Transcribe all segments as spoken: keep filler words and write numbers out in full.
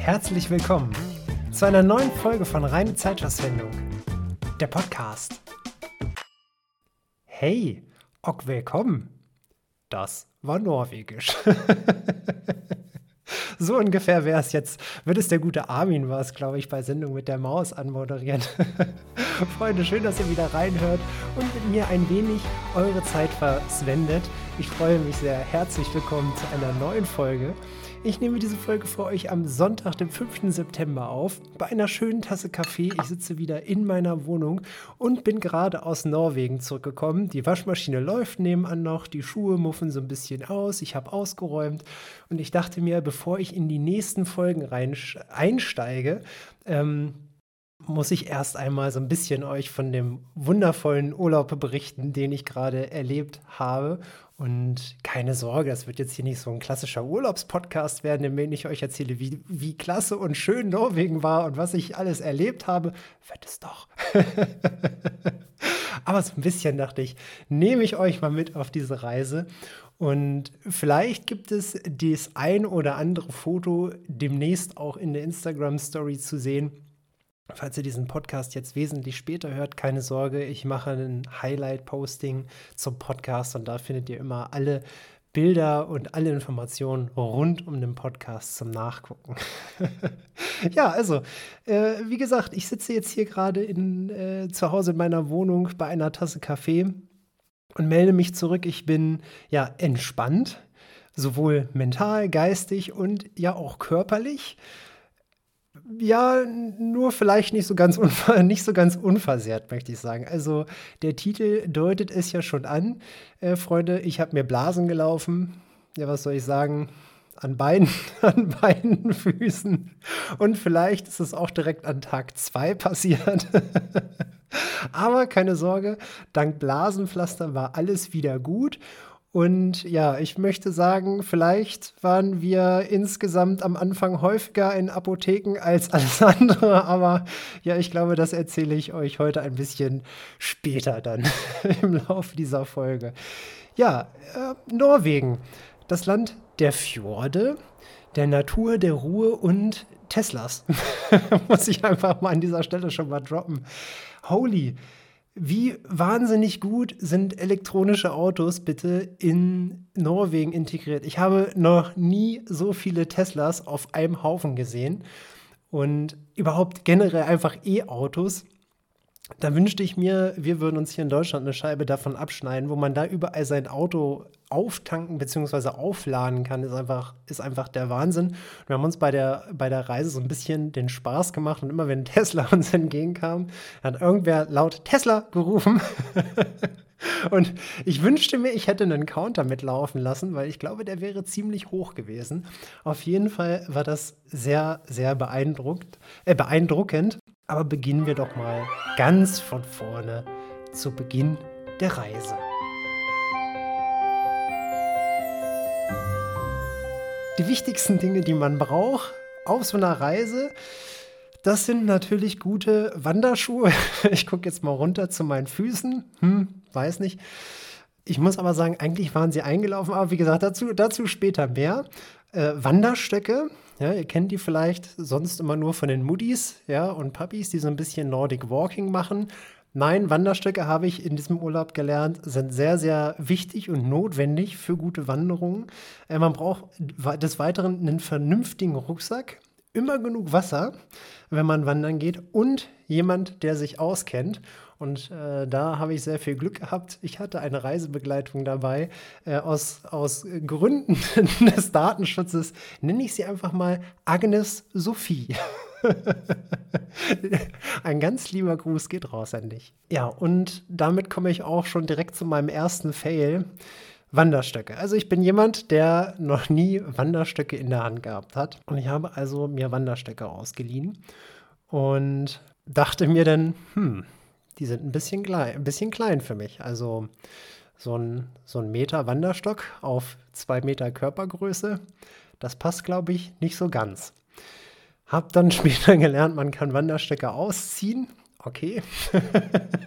Herzlich willkommen zu einer neuen Folge von Reine Zeitverschwendung, der Podcast. Hey, och willkommen. Das war norwegisch. So ungefähr wäre es jetzt, wird es der gute Armin war es, glaube ich, bei Sendung mit der Maus anmoderieren. Freunde, schön, dass ihr wieder reinhört und mit mir ein wenig eure Zeit verschwendet. Ich freue mich sehr. Herzlich willkommen zu einer neuen Folge. Ich nehme diese Folge für euch am Sonntag, dem fünften September auf, bei einer schönen Tasse Kaffee. Ich sitze wieder in meiner Wohnung und bin gerade aus Norwegen zurückgekommen. Die Waschmaschine läuft nebenan noch, die Schuhe muffen so ein bisschen aus, ich habe ausgeräumt und ich dachte mir, bevor ich in die nächsten Folgen rein, einsteige, ähm, muss ich erst einmal so ein bisschen euch von dem wundervollen Urlaub berichten, den ich gerade erlebt habe. Und keine Sorge, das wird jetzt hier nicht so ein klassischer Urlaubspodcast werden, in dem ich euch erzähle, wie, wie klasse und schön Norwegen war und was ich alles erlebt habe. Wird es doch. Aber so ein bisschen dachte ich, nehme ich euch mal mit auf diese Reise. Und vielleicht gibt es das ein oder andere Foto demnächst auch in der Instagram-Story zu sehen. Falls ihr diesen Podcast jetzt wesentlich später hört, keine Sorge, ich mache ein Highlight-Posting zum Podcast und da findet ihr immer alle Bilder und alle Informationen rund um den Podcast zum Nachgucken. Ja, also, äh, wie gesagt, ich sitze jetzt hier gerade in, äh, zu Hause in meiner Wohnung bei einer Tasse Kaffee und melde mich zurück. Ich bin ja entspannt, sowohl mental, geistig und ja auch körperlich. Ja, nur vielleicht nicht so ganz unver- nicht so ganz unversehrt, möchte ich sagen. Also der Titel deutet es ja schon an. Äh, Freunde, ich habe mir Blasen gelaufen. Ja, was soll ich sagen? An beiden, an beiden Füßen. Und vielleicht ist es auch direkt an Tag zwei passiert. Aber keine Sorge, dank Blasenpflaster war alles wieder gut. Und ja, ich möchte sagen, vielleicht waren wir insgesamt am Anfang häufiger in Apotheken als alles andere, aber ja, ich glaube, das erzähle ich euch heute ein bisschen später dann im Laufe dieser Folge. Ja, äh, Norwegen, das Land der Fjorde, der Natur, der Ruhe und Teslas. Muss ich einfach mal an dieser Stelle schon mal droppen. Holy! Wie wahnsinnig gut sind elektronische Autos bitte in Norwegen integriert? Ich habe noch nie so viele Teslas auf einem Haufen gesehen und überhaupt generell einfach E-Autos. Da wünschte ich mir, wir würden uns hier in Deutschland eine Scheibe davon abschneiden, wo man da überall sein Auto auftanken bzw. aufladen kann, ist einfach, ist einfach der Wahnsinn. Und wir haben uns bei der, bei der Reise so ein bisschen den Spaß gemacht und immer wenn Tesla uns entgegenkam, hat irgendwer laut Tesla gerufen. Und ich wünschte mir, ich hätte einen Counter mitlaufen lassen, weil ich glaube, der wäre ziemlich hoch gewesen. Auf jeden Fall war das sehr, sehr beeindruckt, äh, beeindruckend. Aber beginnen wir doch mal ganz von vorne zu Beginn der Reise. Die wichtigsten Dinge, die man braucht auf so einer Reise, das sind natürlich gute Wanderschuhe. Ich gucke jetzt mal runter zu meinen Füßen. Hm, weiß nicht. Ich muss aber sagen, eigentlich waren sie eingelaufen. Aber wie gesagt, dazu, dazu später mehr. Äh, Wanderstöcke. Ja, ihr kennt die vielleicht sonst immer nur von den Muddis, ja, und Puppies, die so ein bisschen Nordic Walking machen. Nein, Wanderstöcke habe ich in diesem Urlaub gelernt, sind sehr, sehr wichtig und notwendig für gute Wanderungen. Äh, man braucht des Weiteren einen vernünftigen Rucksack, immer genug Wasser, wenn man wandern geht und jemand, der sich auskennt. Und äh, da habe ich sehr viel Glück gehabt. Ich hatte eine Reisebegleitung dabei. Äh, aus, aus Gründen des Datenschutzes nenne ich sie einfach mal Agnes Sophie. Ein ganz lieber Gruß geht raus an dich. Ja, und damit komme ich auch schon direkt zu meinem ersten Fail. Wanderstöcke. Also ich bin jemand, der noch nie Wanderstöcke in der Hand gehabt hat. Und ich habe also mir Wanderstöcke ausgeliehen und dachte mir dann, hm, die sind ein bisschen klein, ein bisschen klein für mich. Also so ein, so ein Meter Wanderstock auf zwei Meter Körpergröße, das passt, glaube ich, nicht so ganz. Hab dann später gelernt, man kann Wanderstöcke ausziehen. Okay.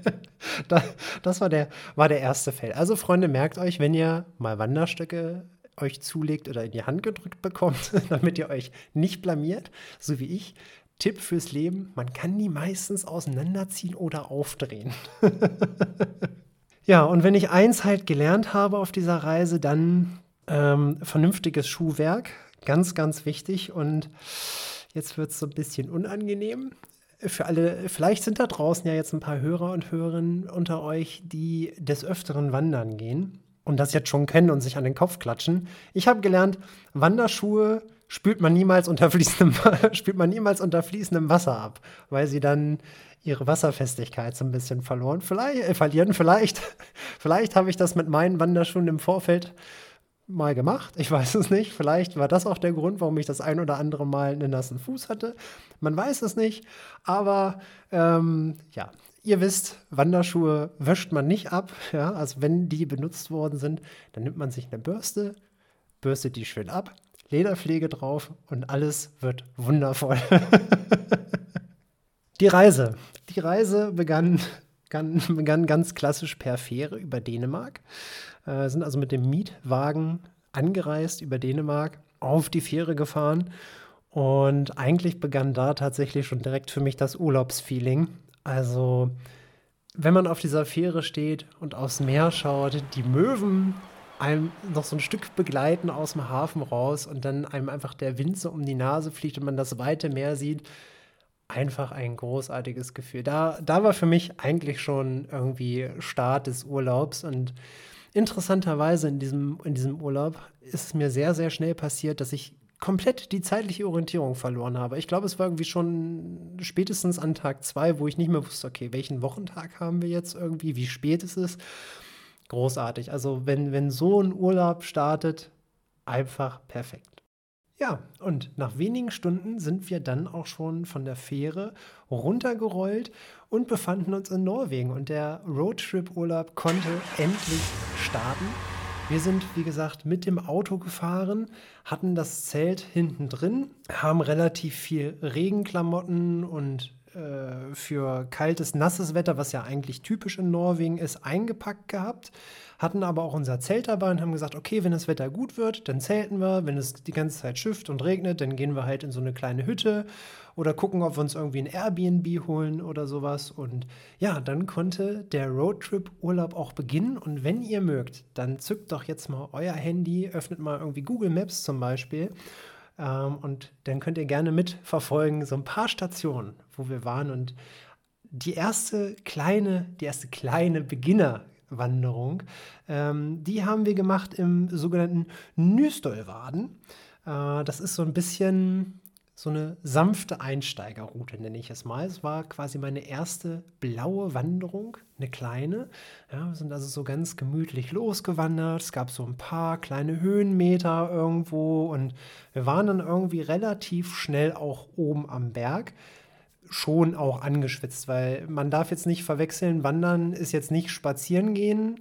das das war, der, war der erste Fail. Also Freunde, merkt euch, wenn ihr mal Wanderstöcke euch zulegt oder in die Hand gedrückt bekommt, damit ihr euch nicht blamiert, so wie ich. Tipp fürs Leben, man kann die meistens auseinanderziehen oder aufdrehen. Ja, und wenn ich eins halt gelernt habe auf dieser Reise, dann ähm, vernünftiges Schuhwerk, ganz, ganz wichtig. Und jetzt wird es so ein bisschen unangenehm. Für alle, vielleicht sind da draußen ja jetzt ein paar Hörer und Hörerinnen unter euch, die des Öfteren wandern gehen und das jetzt schon kennen und sich an den Kopf klatschen. Ich habe gelernt, Wanderschuhe spült man niemals unter fließendem, spült man niemals unter fließendem Wasser ab, weil sie dann ihre Wasserfestigkeit so ein bisschen verloren, vielleicht, äh, verlieren. Vielleicht, vielleicht habe ich das mit meinen Wanderschuhen im Vorfeld mal gemacht. Ich weiß es nicht. Vielleicht war das auch der Grund, warum ich das ein oder andere Mal einen nassen Fuß hatte. Man weiß es nicht. Aber ähm, ja, ihr wisst, Wanderschuhe wäscht man nicht ab. Ja? Also wenn die benutzt worden sind, dann nimmt man sich eine Bürste, bürstet die schön ab, Lederpflege drauf und alles wird wundervoll. Die Reise. Die Reise begann, begann, begann ganz klassisch per Fähre über Dänemark. Äh, sind also mit dem Mietwagen angereist über Dänemark, auf die Fähre gefahren. Und eigentlich begann da tatsächlich schon direkt für mich das Urlaubsfeeling. Also, wenn man auf dieser Fähre steht und aufs Meer schaut, die Möwen einem noch so ein Stück begleiten aus dem Hafen raus und dann einem einfach der Wind so um die Nase fliegt und man das weite Meer sieht. Einfach ein großartiges Gefühl. Da, da war für mich eigentlich schon irgendwie Start des Urlaubs. Und interessanterweise in diesem, in diesem Urlaub ist es mir sehr, sehr schnell passiert, dass ich komplett die zeitliche Orientierung verloren habe. Ich glaube, es war irgendwie schon spätestens an Tag zwei, wo ich nicht mehr wusste, okay, welchen Wochentag haben wir jetzt irgendwie, wie spät ist es? Großartig. Also wenn, wenn so ein Urlaub startet, einfach perfekt. Ja, und nach wenigen Stunden sind wir dann auch schon von der Fähre runtergerollt und befanden uns in Norwegen. Und der Roadtrip-Urlaub konnte endlich starten. Wir sind, wie gesagt, mit dem Auto gefahren, hatten das Zelt hinten drin, haben relativ viel Regenklamotten und äh, für kaltes, nasses Wetter, was ja eigentlich typisch in Norwegen ist, eingepackt gehabt. Hatten aber auch unser Zelt dabei und haben gesagt, okay, wenn das Wetter gut wird, dann zelten wir. Wenn es die ganze Zeit schifft und regnet, dann gehen wir halt in so eine kleine Hütte oder gucken, ob wir uns irgendwie ein Airbnb holen oder sowas. Und ja, dann konnte der Roadtrip-Urlaub auch beginnen. Und wenn ihr mögt, dann zückt doch jetzt mal euer Handy, öffnet mal irgendwie Google Maps zum Beispiel. Ähm, und dann könnt ihr gerne mitverfolgen, so ein paar Stationen, wo wir waren. Und die erste kleine, die erste kleine Beginner- Wanderung. Ähm, die haben wir gemacht im sogenannten Nystolvaden. Äh, das ist so ein bisschen so eine sanfte Einsteigerroute, nenne ich es mal. Es war quasi meine erste blaue Wanderung, eine kleine. Ja, wir sind also so ganz gemütlich losgewandert. Es gab so ein paar kleine Höhenmeter irgendwo und wir waren dann irgendwie relativ schnell auch oben am Berg. Schon auch angeschwitzt, weil man darf jetzt nicht verwechseln, Wandern ist jetzt nicht spazieren gehen.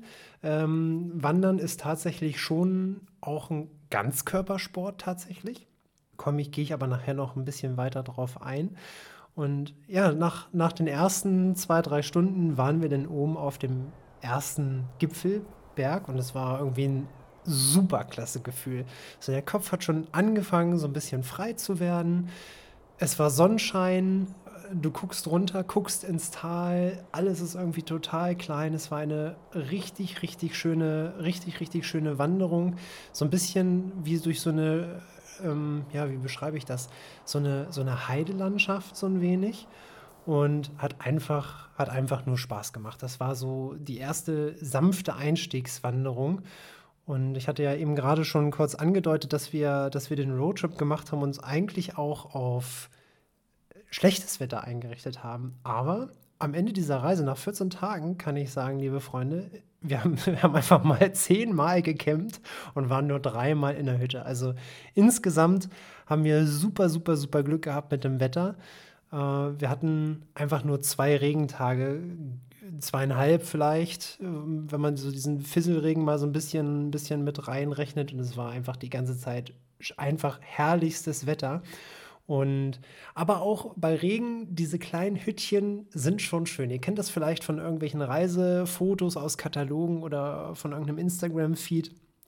Ähm, Wandern ist tatsächlich schon auch ein Ganzkörpersport tatsächlich. Komme ich, gehe ich aber nachher noch ein bisschen weiter drauf ein. Und ja, nach, nach den ersten zwei, drei Stunden waren wir dann oben auf dem ersten Gipfelberg und es war irgendwie ein super klasse Gefühl. Also der Kopf hat schon angefangen, so ein bisschen frei zu werden. Es war Sonnenschein, du guckst runter, guckst ins Tal, alles ist irgendwie total klein. Es war eine richtig, richtig schöne, richtig, richtig schöne Wanderung. So ein bisschen wie durch so eine, ähm, ja, wie beschreibe ich das? So eine, so eine Heidelandschaft, so ein wenig. Und hat einfach, hat einfach nur Spaß gemacht. Das war so die erste sanfte Einstiegswanderung. Und ich hatte ja eben gerade schon kurz angedeutet, dass wir, dass wir den Roadtrip gemacht haben und uns eigentlich auch auf schlechtes Wetter eingerichtet haben. Aber am Ende dieser Reise, nach vierzehn Tagen, kann ich sagen, liebe Freunde, wir haben, wir haben einfach mal zehnmal gecampt und waren nur dreimal in der Hütte. Also insgesamt haben wir super, super, super Glück gehabt mit dem Wetter. Äh, wir hatten einfach nur zwei Regentage, zweieinhalb vielleicht, wenn man so diesen Fisselregen mal so ein bisschen, ein bisschen mit reinrechnet. Und es war einfach die ganze Zeit einfach herrlichstes Wetter. Und aber auch bei Regen, diese kleinen Hüttchen sind schon schön. Ihr kennt das vielleicht von irgendwelchen Reisefotos aus Katalogen oder von irgendeinem Instagram-Feed.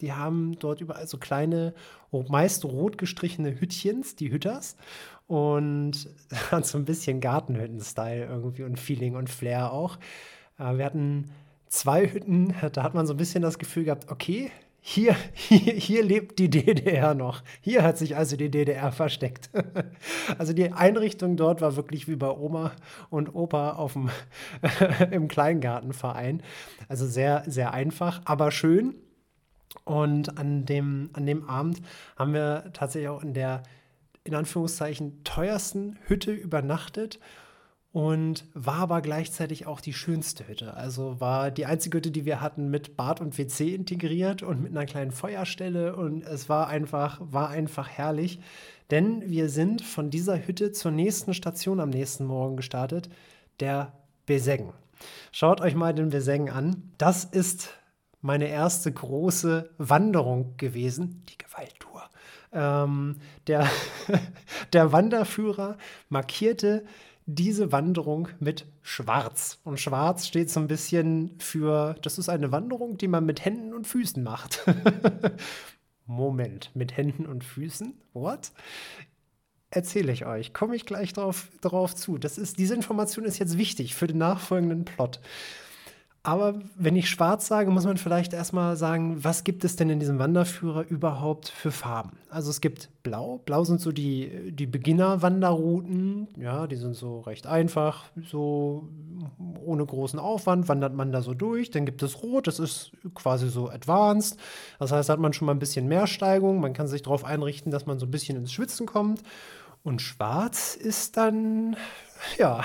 Die haben dort überall so kleine, meist rot gestrichene Hüttchens, die Hütters. Und hat so ein bisschen Gartenhütten-Style irgendwie und Feeling und Flair auch. Äh, wir hatten zwei Hütten, da hat man so ein bisschen das Gefühl gehabt, okay, hier, hier, hier lebt die D D R noch. Hier hat sich also die D D R versteckt. Also die Einrichtung dort war wirklich wie bei Oma und Opa auf dem, im Kleingartenverein. Also sehr, sehr einfach, aber schön. Und an dem, an dem Abend haben wir tatsächlich auch in der, in Anführungszeichen, teuersten Hütte übernachtet. Und war aber gleichzeitig auch die schönste Hütte. Also war die einzige Hütte, die wir hatten, mit Bad und W C integriert und mit einer kleinen Feuerstelle. Und es war einfach, war einfach herrlich. Denn wir sind von dieser Hütte zur nächsten Station am nächsten Morgen gestartet, der Beseggen. Schaut euch mal den Beseggen an. Das ist meine erste große Wanderung gewesen, die Gewalttour. Ähm, der, der Wanderführer markierte diese Wanderung mit Schwarz. Und Schwarz steht so ein bisschen für, das ist eine Wanderung, die man mit Händen und Füßen macht. Moment, mit Händen und Füßen? What? Erzähle ich euch, komme ich gleich drauf, drauf zu. Das ist, diese Information ist jetzt wichtig für den nachfolgenden Plot. Aber wenn ich schwarz sage, muss man vielleicht erstmal sagen, was gibt es denn in diesem Wanderführer überhaupt für Farben? Also es gibt Blau. Blau sind so die, die Beginner-Wanderrouten. Ja, die sind so recht einfach, so ohne großen Aufwand wandert man da so durch. Dann gibt es Rot, das ist quasi so advanced. Das heißt, da hat man schon mal ein bisschen mehr Steigung. Man kann sich darauf einrichten, dass man so ein bisschen ins Schwitzen kommt. Und Schwarz ist dann, ja...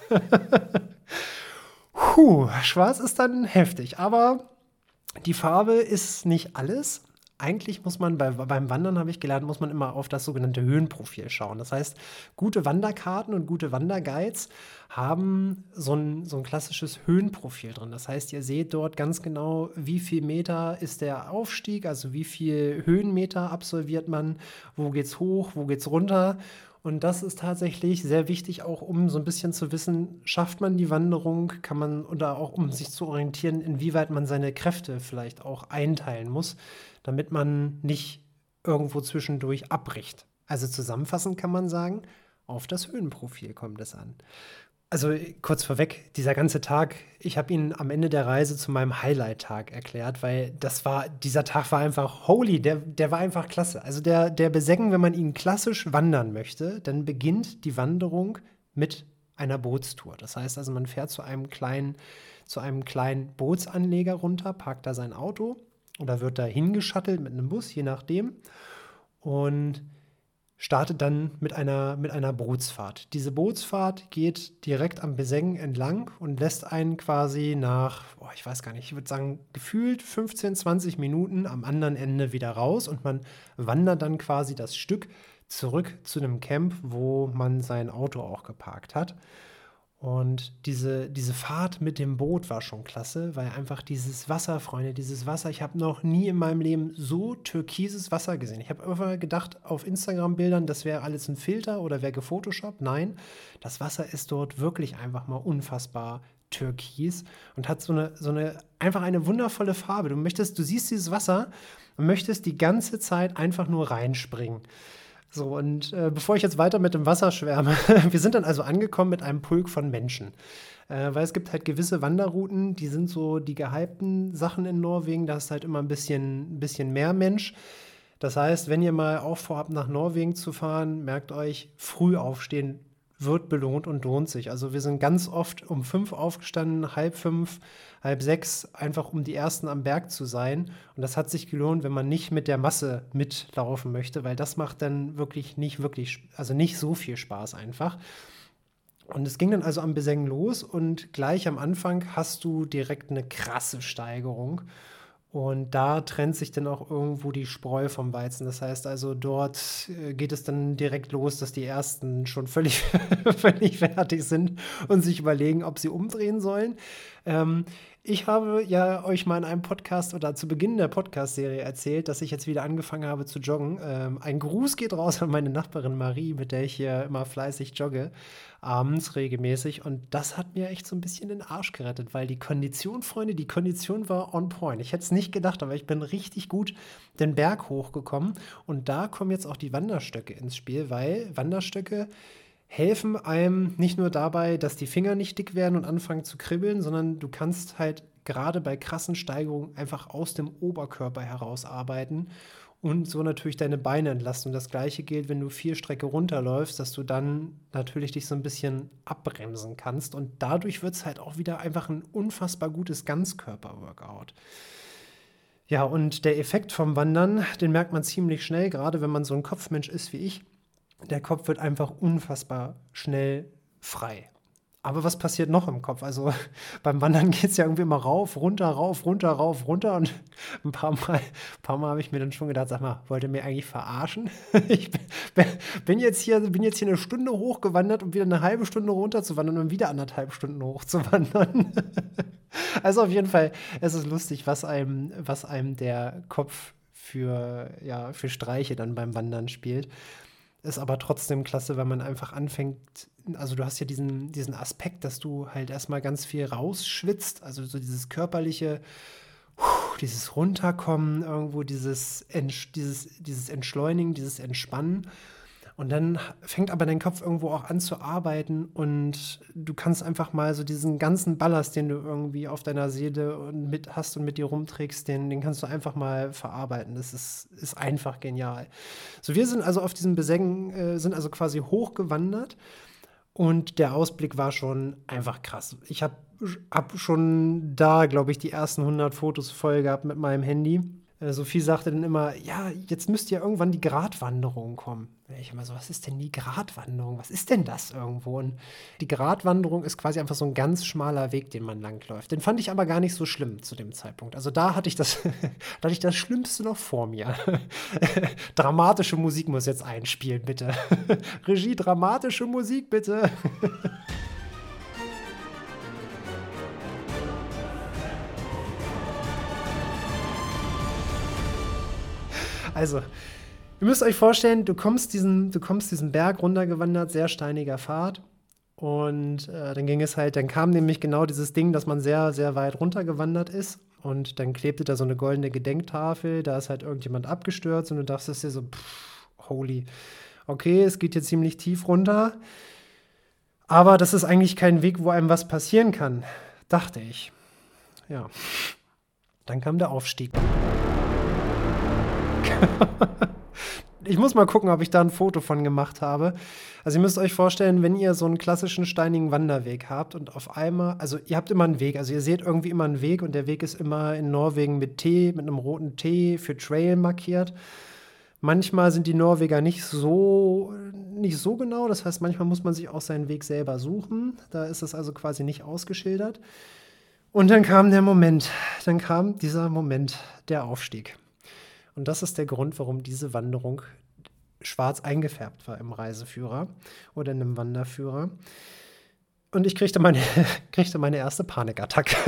Puh, schwarz ist dann heftig, aber die Farbe ist nicht alles. Eigentlich muss man bei, beim Wandern, habe ich gelernt, muss man immer auf das sogenannte Höhenprofil schauen. Das heißt, gute Wanderkarten und gute Wanderguides haben so ein, so ein klassisches Höhenprofil drin. Das heißt, ihr seht dort ganz genau, wie viel Meter ist der Aufstieg, also wie viel Höhenmeter absolviert man, wo geht's hoch, wo geht's runter. Und das ist tatsächlich sehr wichtig, auch um so ein bisschen zu wissen, schafft man die Wanderung, kann man, oder auch um sich zu orientieren, inwieweit man seine Kräfte vielleicht auch einteilen muss, damit man nicht irgendwo zwischendurch abbricht. Also zusammenfassend kann man sagen, auf das Höhenprofil kommt es an. Also kurz vorweg, dieser ganze Tag, ich habe ihn am Ende der Reise zu meinem Highlight-Tag erklärt, weil das war, dieser Tag war einfach holy, der, der war einfach klasse. Also der, der Beseggen, wenn man ihn klassisch wandern möchte, dann beginnt die Wanderung mit einer Bootstour. Das heißt also, man fährt zu einem kleinen, zu einem kleinen Bootsanleger runter, parkt da sein Auto oder wird da hingeschattelt mit einem Bus, je nachdem, und startet dann mit einer, mit einer Bootsfahrt. Diese Bootsfahrt geht direkt am Beseggen entlang und lässt einen quasi nach, oh, ich weiß gar nicht, ich würde sagen, gefühlt fünfzehn, zwanzig Minuten am anderen Ende wieder raus und man wandert dann quasi das Stück zurück zu einem Camp, wo man sein Auto auch geparkt hat. Und diese, diese Fahrt mit dem Boot war schon klasse, weil einfach dieses Wasser, Freunde, dieses Wasser, ich habe noch nie in meinem Leben so türkises Wasser gesehen. Ich habe immer gedacht, auf Instagram-Bildern, das wäre alles ein Filter oder wäre gefotoshoppt. Nein, das Wasser ist dort wirklich einfach mal unfassbar türkis und hat so eine, so eine, einfach eine wundervolle Farbe. Du möchtest, du siehst dieses Wasser und möchtest die ganze Zeit einfach nur reinspringen. So, und äh, bevor ich jetzt weiter mit dem Wasser schwärme, wir sind dann also angekommen mit einem Pulk von Menschen. Äh, weil es gibt halt gewisse Wanderrouten, die sind so die gehypten Sachen in Norwegen, da ist halt immer ein bisschen, ein bisschen mehr Mensch. Das heißt, wenn ihr mal auch vorhabt, nach Norwegen zu fahren, merkt euch, früh aufstehen wird belohnt und lohnt sich. Also wir sind ganz oft um fünf aufgestanden, halb fünf, halb sechs, einfach um die Ersten am Berg zu sein. Und das hat sich gelohnt, wenn man nicht mit der Masse mitlaufen möchte, weil das macht dann wirklich nicht wirklich, also nicht so viel Spaß einfach. Und es ging dann also am Beseggen los und gleich am Anfang hast du direkt eine krasse Steigerung. Und da trennt sich dann auch irgendwo die Spreu vom Weizen. Das heißt also, dort äh, geht es dann direkt los, dass die Ersten schon völlig, völlig fertig sind und sich überlegen, ob sie umdrehen sollen. Ähm, ich habe ja euch mal in einem Podcast oder zu Beginn der Podcast-Serie erzählt, dass ich jetzt wieder angefangen habe zu joggen. Ähm, ein Gruß geht raus an meine Nachbarin Marie, mit der ich hier immer fleißig jogge. abends regelmäßig. Und das hat mir echt so ein bisschen den Arsch gerettet, weil die Kondition, Freunde, die Kondition war on point. Ich hätte es nicht gedacht, aber ich bin richtig gut den Berg hochgekommen. Und da kommen jetzt auch die Wanderstöcke ins Spiel, weil Wanderstöcke helfen einem nicht nur dabei, dass die Finger nicht dick werden und anfangen zu kribbeln, sondern du kannst halt gerade bei krassen Steigerungen einfach aus dem Oberkörper heraus arbeiten und so natürlich deine Beine entlasten. Und das Gleiche gilt, wenn du viel Strecke runterläufst, dass du dann natürlich dich so ein bisschen abbremsen kannst. Und dadurch wird es halt auch wieder einfach ein unfassbar gutes Ganzkörper-Workout. Ja, und der Effekt vom Wandern, den merkt man ziemlich schnell, gerade wenn man so ein Kopfmensch ist wie ich. Der Kopf wird einfach unfassbar schnell frei. Aber was passiert noch im Kopf? Also beim Wandern geht es ja irgendwie immer rauf, runter, rauf, runter, rauf, runter. Und ein paar Mal, ein paar Mal habe ich mir dann schon gedacht, sag mal, wollt ihr mir eigentlich verarschen? Ich bin jetzt hier, bin jetzt hier eine Stunde hochgewandert, um wieder eine halbe Stunde runter zu wandern und wieder anderthalb Stunden hoch zu wandern. Also auf jeden Fall, es ist lustig, was einem, was einem der Kopf für, ja, für Streiche dann beim Wandern spielt. Ist aber trotzdem klasse, wenn man einfach anfängt, also du hast ja diesen, diesen Aspekt, dass du halt erstmal ganz viel rausschwitzt, also so dieses körperliche, dieses Runterkommen irgendwo, dieses, Entsch- dieses, dieses Entschleunigen, dieses Entspannen. Und dann fängt aber dein Kopf irgendwo auch an zu arbeiten und du kannst einfach mal so diesen ganzen Ballast, den du irgendwie auf deiner Seele und mit hast und mit dir rumträgst, den, den kannst du einfach mal verarbeiten. Das ist, ist einfach genial. So, wir sind also auf diesem Besengen, äh, sind also quasi hochgewandert und der Ausblick war schon einfach krass. Ich habe hab schon da, glaube ich, die ersten hundert Fotos voll gehabt mit meinem Handy. Sophie sagte dann immer, ja, jetzt müsste ja irgendwann die Gratwanderung kommen. Ich immer so, was ist denn die Gratwanderung? Was ist denn das irgendwo? Und die Gratwanderung ist quasi einfach so ein ganz schmaler Weg, den man langläuft. Den fand ich aber gar nicht so schlimm zu dem Zeitpunkt. Also da hatte ich das, da hatte ich das Schlimmste noch vor mir. Dramatische Musik muss jetzt einspielen, bitte. Regie, dramatische Musik, bitte. Also, ihr müsst euch vorstellen, du kommst diesen, du kommst diesen Berg runtergewandert, sehr steiniger Pfad. Und äh, dann ging es halt, dann kam nämlich genau dieses Ding, dass man sehr, sehr weit runtergewandert ist. Und dann klebte da so eine goldene Gedenktafel, da ist halt irgendjemand abgestürzt und du dachtest dir so, pff, holy, okay, es geht jetzt ziemlich tief runter. Aber das ist eigentlich kein Weg, wo einem was passieren kann, dachte ich. Ja, dann kam der Aufstieg. Ich muss mal gucken, ob ich da ein Foto von gemacht habe. Also ihr müsst euch vorstellen, wenn ihr so einen klassischen steinigen Wanderweg habt und auf einmal, also ihr habt immer einen Weg, also ihr seht irgendwie immer einen Weg und der Weg ist immer in Norwegen mit T, mit einem roten T für Trail markiert. Manchmal sind die Norweger nicht so, nicht so genau, das heißt, manchmal muss man sich auch seinen Weg selber suchen. Da ist es also quasi nicht ausgeschildert. Und dann kam der Moment, dann kam dieser Moment, der Aufstieg. Und das ist der Grund, warum diese Wanderung schwarz eingefärbt war im Reiseführer oder in einem Wanderführer. Und ich kriegte meine, kriegte meine erste Panikattacke.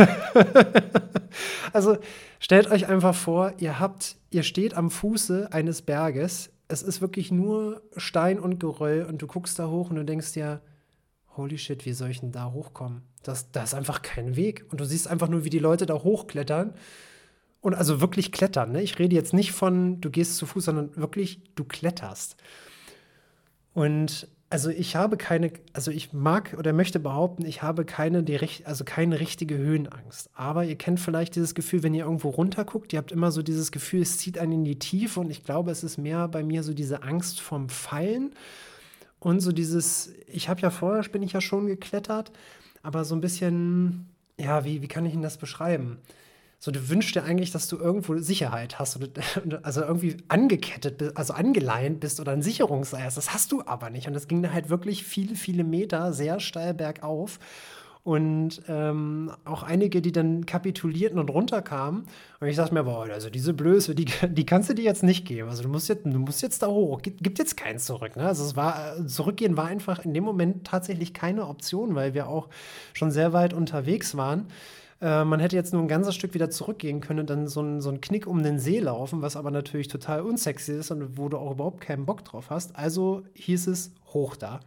Also stellt euch einfach vor, ihr habt, ihr steht am Fuße eines Berges. Es ist wirklich nur Stein und Geröll und du guckst da hoch und du denkst dir, holy shit, wie soll ich denn da hochkommen? Das, da ist einfach kein Weg. Und du siehst einfach nur, wie die Leute da hochklettern. Und also wirklich klettern, ne? Ich rede jetzt nicht von, du gehst zu Fuß, sondern wirklich, du kletterst. Und also ich habe keine, also ich mag oder möchte behaupten, ich habe keine, die, also keine richtige Höhenangst. Aber ihr kennt vielleicht dieses Gefühl, wenn ihr irgendwo runterguckt, ihr habt immer so dieses Gefühl, es zieht einen in die Tiefe. Und ich glaube, es ist mehr bei mir so diese Angst vorm Fallen. Und so dieses, ich habe ja vorher, bin ich ja schon geklettert, aber so ein bisschen, ja, wie, wie kann ich Ihnen das beschreiben? So, du wünschst dir eigentlich, dass du irgendwo Sicherheit hast, oder, also irgendwie angekettet bist, also angeleint bist oder ein Sicherungsseil hast. Das hast du aber nicht. Und das ging da halt wirklich viele, viele Meter sehr steil bergauf. Und ähm, auch einige, die dann kapitulierten und runterkamen. Und ich dachte mir, boah, also diese Blöße, die, die kannst du dir jetzt nicht geben. Also du musst jetzt, du musst jetzt da hoch. Gibt, gibt jetzt keins zurück. Ne? Also es war, zurückgehen war einfach in dem Moment tatsächlich keine Option, weil wir auch schon sehr weit unterwegs waren. Äh, man hätte jetzt nur ein ganzes Stück wieder zurückgehen können und dann so ein, so ein Knick um den See laufen, was aber natürlich total unsexy ist und wo du auch überhaupt keinen Bock drauf hast. Also hieß es hoch da.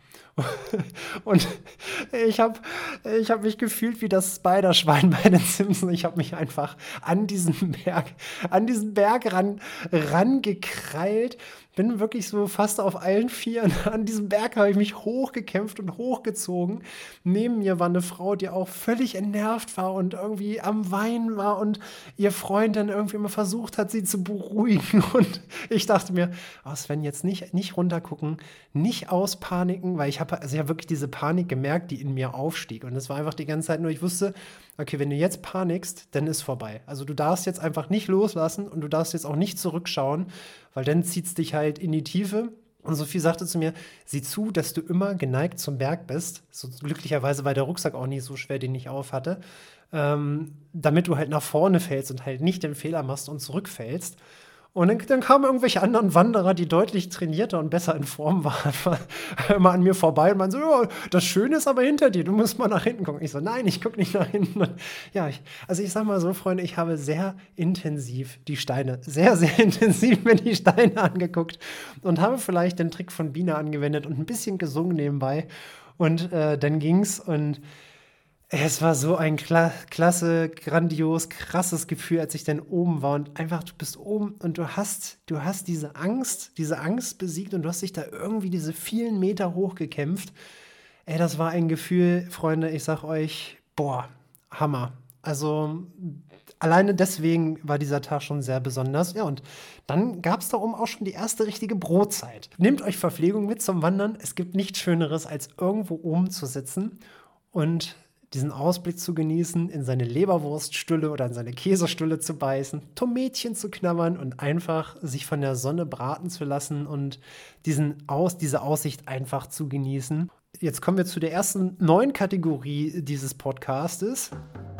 Und ich habe ich hab mich gefühlt wie das Spiderschwein bei den Simpsons. Ich habe mich einfach an diesen Berg, an diesen Berg ran, rangekrallt. Bin wirklich so fast auf allen Vieren. An diesem Berg habe ich mich hochgekämpft und hochgezogen. Neben mir war eine Frau, die auch völlig entnervt war und irgendwie am Weinen war und ihr Freund dann irgendwie immer versucht hat, sie zu beruhigen. Und ich dachte mir, oh Sven, jetzt nicht, nicht runtergucken, nicht auspaniken, weil ich habe also ich hab wirklich diese Panik gemerkt, die in mir aufstieg. Und es war einfach die ganze Zeit nur, ich wusste, okay, wenn du jetzt panikst, dann ist vorbei. Also du darfst jetzt einfach nicht loslassen und du darfst jetzt auch nicht zurückschauen, weil dann zieht es dich halt in die Tiefe. Und Sophie sagte zu mir, sieh zu, dass du immer geneigt zum Berg bist. So glücklicherweise war der Rucksack auch nicht so schwer, den ich auf hatte. Ähm, damit du halt nach vorne fällst und halt nicht den Fehler machst und zurückfällst. Und dann, dann kamen irgendwelche anderen Wanderer, die deutlich trainierter und besser in Form waren, immer an mir vorbei und meinen so, ja, das Schöne ist aber hinter dir, du musst mal nach hinten gucken. Ich so, nein, ich gucke nicht nach hinten. Und ja, ich, also ich sag mal so, Freunde, ich habe sehr intensiv die Steine, sehr, sehr intensiv mir die Steine angeguckt und habe vielleicht den Trick von Biene angewendet und ein bisschen gesungen nebenbei. Und äh, dann ging's und es war so ein kla- klasse, grandios, krasses Gefühl, als ich dann oben war und einfach, du bist oben und du hast, du hast diese Angst, diese Angst besiegt und du hast dich da irgendwie diese vielen Meter hochgekämpft. Ey, das war ein Gefühl, Freunde, ich sag euch, boah, Hammer. Also alleine deswegen war dieser Tag schon sehr besonders. Ja, und dann gab es da oben auch schon die erste richtige Brotzeit. Nehmt euch Verpflegung mit zum Wandern. Es gibt nichts Schöneres, als irgendwo oben zu sitzen und diesen Ausblick zu genießen, in seine Leberwurststulle oder in seine Käsestulle zu beißen, Tomätchen zu knabbern und einfach sich von der Sonne braten zu lassen und diesen Aus, diese Aussicht einfach zu genießen. Jetzt kommen wir zu der ersten neuen Kategorie dieses Podcastes.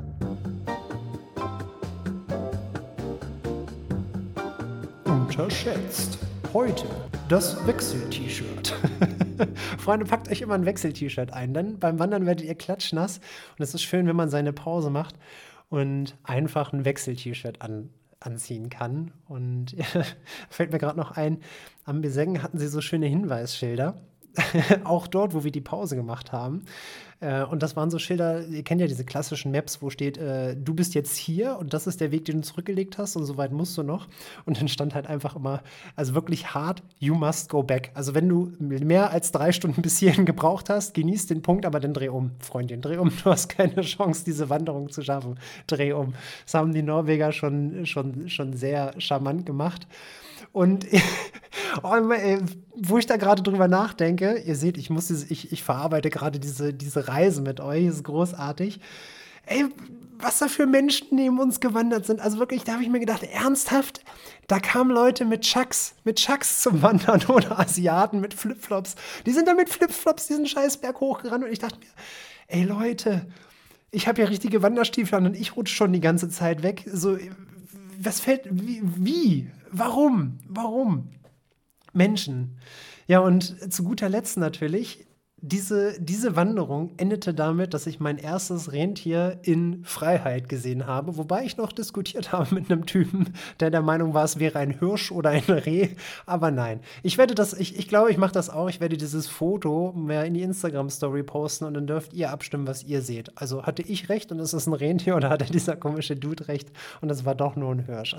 Unterschätzt. Heute das Wechsel-T-Shirt. Freunde, packt euch immer ein Wechsel-T-Shirt ein, denn beim Wandern werdet ihr klatschnass und es ist schön, wenn man seine Pause macht und einfach ein Wechsel-T-Shirt an, anziehen kann. Und ja, fällt mir gerade noch ein, am Besengen hatten sie so schöne Hinweisschilder. Auch dort, wo wir die Pause gemacht haben. Äh, und das waren so Schilder, ihr kennt ja diese klassischen Maps, wo steht, äh, du bist jetzt hier und das ist der Weg, den du zurückgelegt hast und so weit musst du noch. Und dann stand halt einfach immer, also wirklich hart, you must go back. Also wenn du mehr als drei Stunden bis hierhin gebraucht hast, genieß den Punkt, aber dann dreh um, Freundin, dreh um. Du hast keine Chance, diese Wanderung zu schaffen. Dreh um. Das haben die Norweger schon, schon, schon sehr charmant gemacht. Und oh, ey, wo ich da gerade drüber nachdenke, ihr seht, ich muss diese, ich, ich verarbeite gerade diese, diese Reise mit euch, das ist großartig. Ey, was da für Menschen neben uns gewandert sind. Also wirklich, da habe ich mir gedacht, ernsthaft, da kamen Leute mit Chucks, mit Chucks zum Wandern oder Asiaten mit Flipflops. Die sind da mit Flipflops diesen scheiß Berg hochgerannt und ich dachte mir, ey Leute, ich habe ja richtige Wanderstiefel an und ich rutsche schon die ganze Zeit weg. So, was fällt, wie, wie? Warum? Warum? Menschen. Ja, und zu guter Letzt natürlich, diese, diese Wanderung endete damit, dass ich mein erstes Rentier in Freiheit gesehen habe, wobei ich noch diskutiert habe mit einem Typen, der der Meinung war, es wäre ein Hirsch oder ein Reh, aber nein. Ich werde das, ich, ich glaube, ich mache das auch, ich werde dieses Foto mehr in die Instagram-Story posten und dann dürft ihr abstimmen, was ihr seht. Also hatte ich recht und es ist ein Rentier oder hatte dieser komische Dude recht und es war doch nur ein Hirsch.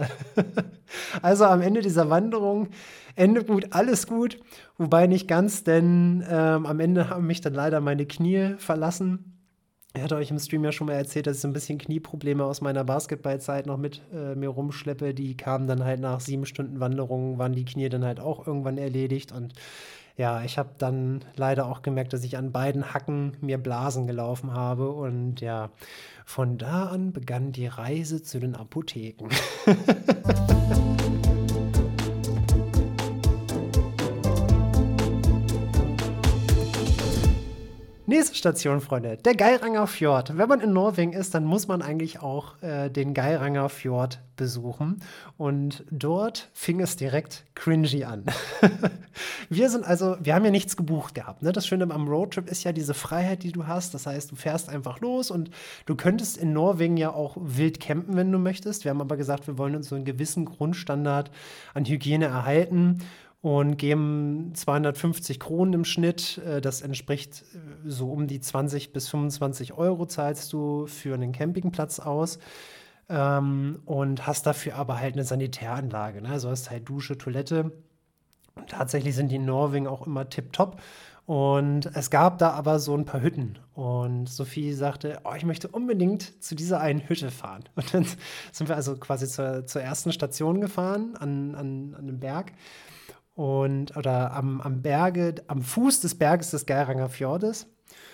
Also am Ende dieser Wanderung, Ende gut, alles gut, wobei nicht ganz, denn ähm, am Ende haben mich dann leider meine Knie verlassen. Ich hatte euch im Stream ja schon mal erzählt, dass ich so ein bisschen Knieprobleme aus meiner Basketballzeit noch mit äh, mir rumschleppe. Die kamen dann halt nach sieben Stunden Wanderung, waren die Knie dann halt auch irgendwann erledigt. Und ja, ich habe dann leider auch gemerkt, dass ich an beiden Hacken mir Blasen gelaufen habe. Und ja, von da an begann die Reise zu den Apotheken. Nächste Station, Freunde, der Geiranger Fjord. Wenn man in Norwegen ist, dann muss man eigentlich auch äh, den Geiranger Fjord besuchen. Und dort fing es direkt cringy an. Wir sind also, wir haben ja nichts gebucht gehabt. Ne? Das Schöne am Roadtrip ist ja diese Freiheit, die du hast. Das heißt, du fährst einfach los und du könntest in Norwegen ja auch wild campen, wenn du möchtest. Wir haben aber gesagt, wir wollen uns so einen gewissen Grundstandard an Hygiene erhalten. und geben zweihundertfünfzig Kronen im Schnitt. Äh, Das entspricht äh, so um die zwanzig bis fünfundzwanzig Euro zahlst du für einen Campingplatz aus. Ähm, und hast dafür aber halt eine Sanitäranlage. Ne? Also hast halt Dusche, Toilette. Und tatsächlich sind die in Norwegen auch immer tipptopp. Und es gab da aber so ein paar Hütten. Und Sophie sagte, oh, ich möchte unbedingt zu dieser einen Hütte fahren. Und dann sind wir also quasi zur, zur ersten Station gefahren, an, an, an einem Berg. Und, oder am, am Berge, am Fuß des Berges des Geiranger Fjordes.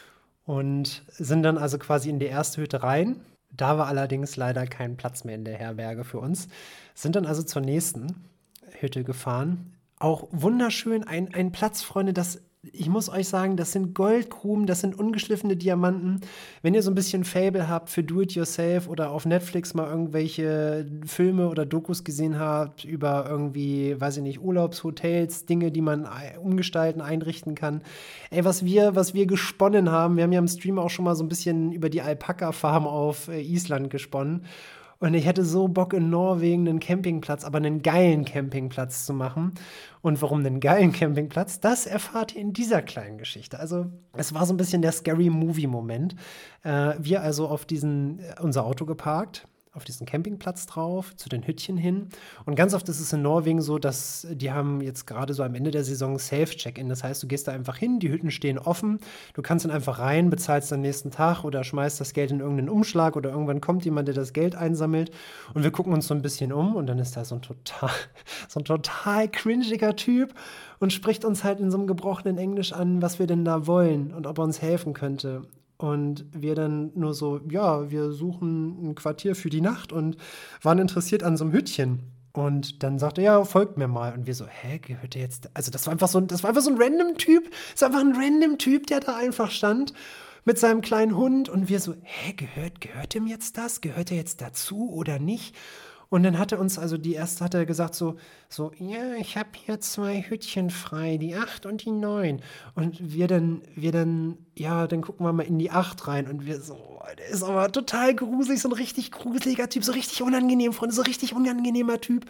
Und sind dann also quasi in die erste Hütte rein. Da war allerdings leider kein Platz mehr in der Herberge für uns. Sind dann also zur nächsten Hütte gefahren. Auch wunderschön, ein, ein Platz, Freunde, das, ich muss euch sagen, das sind Goldgruben, das sind ungeschliffene Diamanten. Wenn ihr so ein bisschen Faible habt für Do-it-yourself oder auf Netflix mal irgendwelche Filme oder Dokus gesehen habt über irgendwie, weiß ich nicht, Urlaubshotels, Dinge, die man umgestalten, einrichten kann. Ey, was wir, was wir gesponnen haben, wir haben ja im Stream auch schon mal so ein bisschen über die Alpaka-Farm auf äh, Island gesponnen. Und ich hätte so Bock, in Norwegen einen Campingplatz, aber einen geilen Campingplatz zu machen. Und warum einen geilen Campingplatz, das erfahrt ihr in dieser kleinen Geschichte. Also es war so ein bisschen der Scary-Movie-Moment. Äh, wir also auf diesen, unser Auto geparkt, auf diesen Campingplatz drauf, zu den Hüttchen hin. Und ganz oft ist es in Norwegen so, dass die haben jetzt gerade so am Ende der Saison Self-Check-In. Das heißt, du gehst da einfach hin, die Hütten stehen offen, du kannst dann einfach rein, bezahlst am nächsten Tag oder schmeißt das Geld in irgendeinen Umschlag oder irgendwann kommt jemand, der das Geld einsammelt und wir gucken uns so ein bisschen um und dann ist da so ein total, so ein total cringiger Typ und spricht uns halt in so einem gebrochenen Englisch an, was wir denn da wollen und ob er uns helfen könnte. Und wir dann nur so, ja, wir suchen ein Quartier für die Nacht und waren interessiert an so einem Hüttchen. Und dann sagte er, ja, folgt mir mal. Und wir so, hä, gehört der jetzt? Also das war einfach so ein, das war einfach so ein random Typ. Das war einfach ein random Typ, der da einfach stand mit seinem kleinen Hund. Und wir so, hä, gehört, gehört ihm jetzt das? Gehört er jetzt dazu oder nicht? Und dann hat er uns, also die erste hat er gesagt so, so, ja, ich habe hier zwei Hütchen frei, die acht und die neun. Und wir dann, wir dann, ja, dann gucken wir mal in die acht rein. Und wir so, der ist aber total gruselig, so ein richtig gruseliger Typ, so richtig unangenehm, Freunde, so richtig unangenehmer Typ.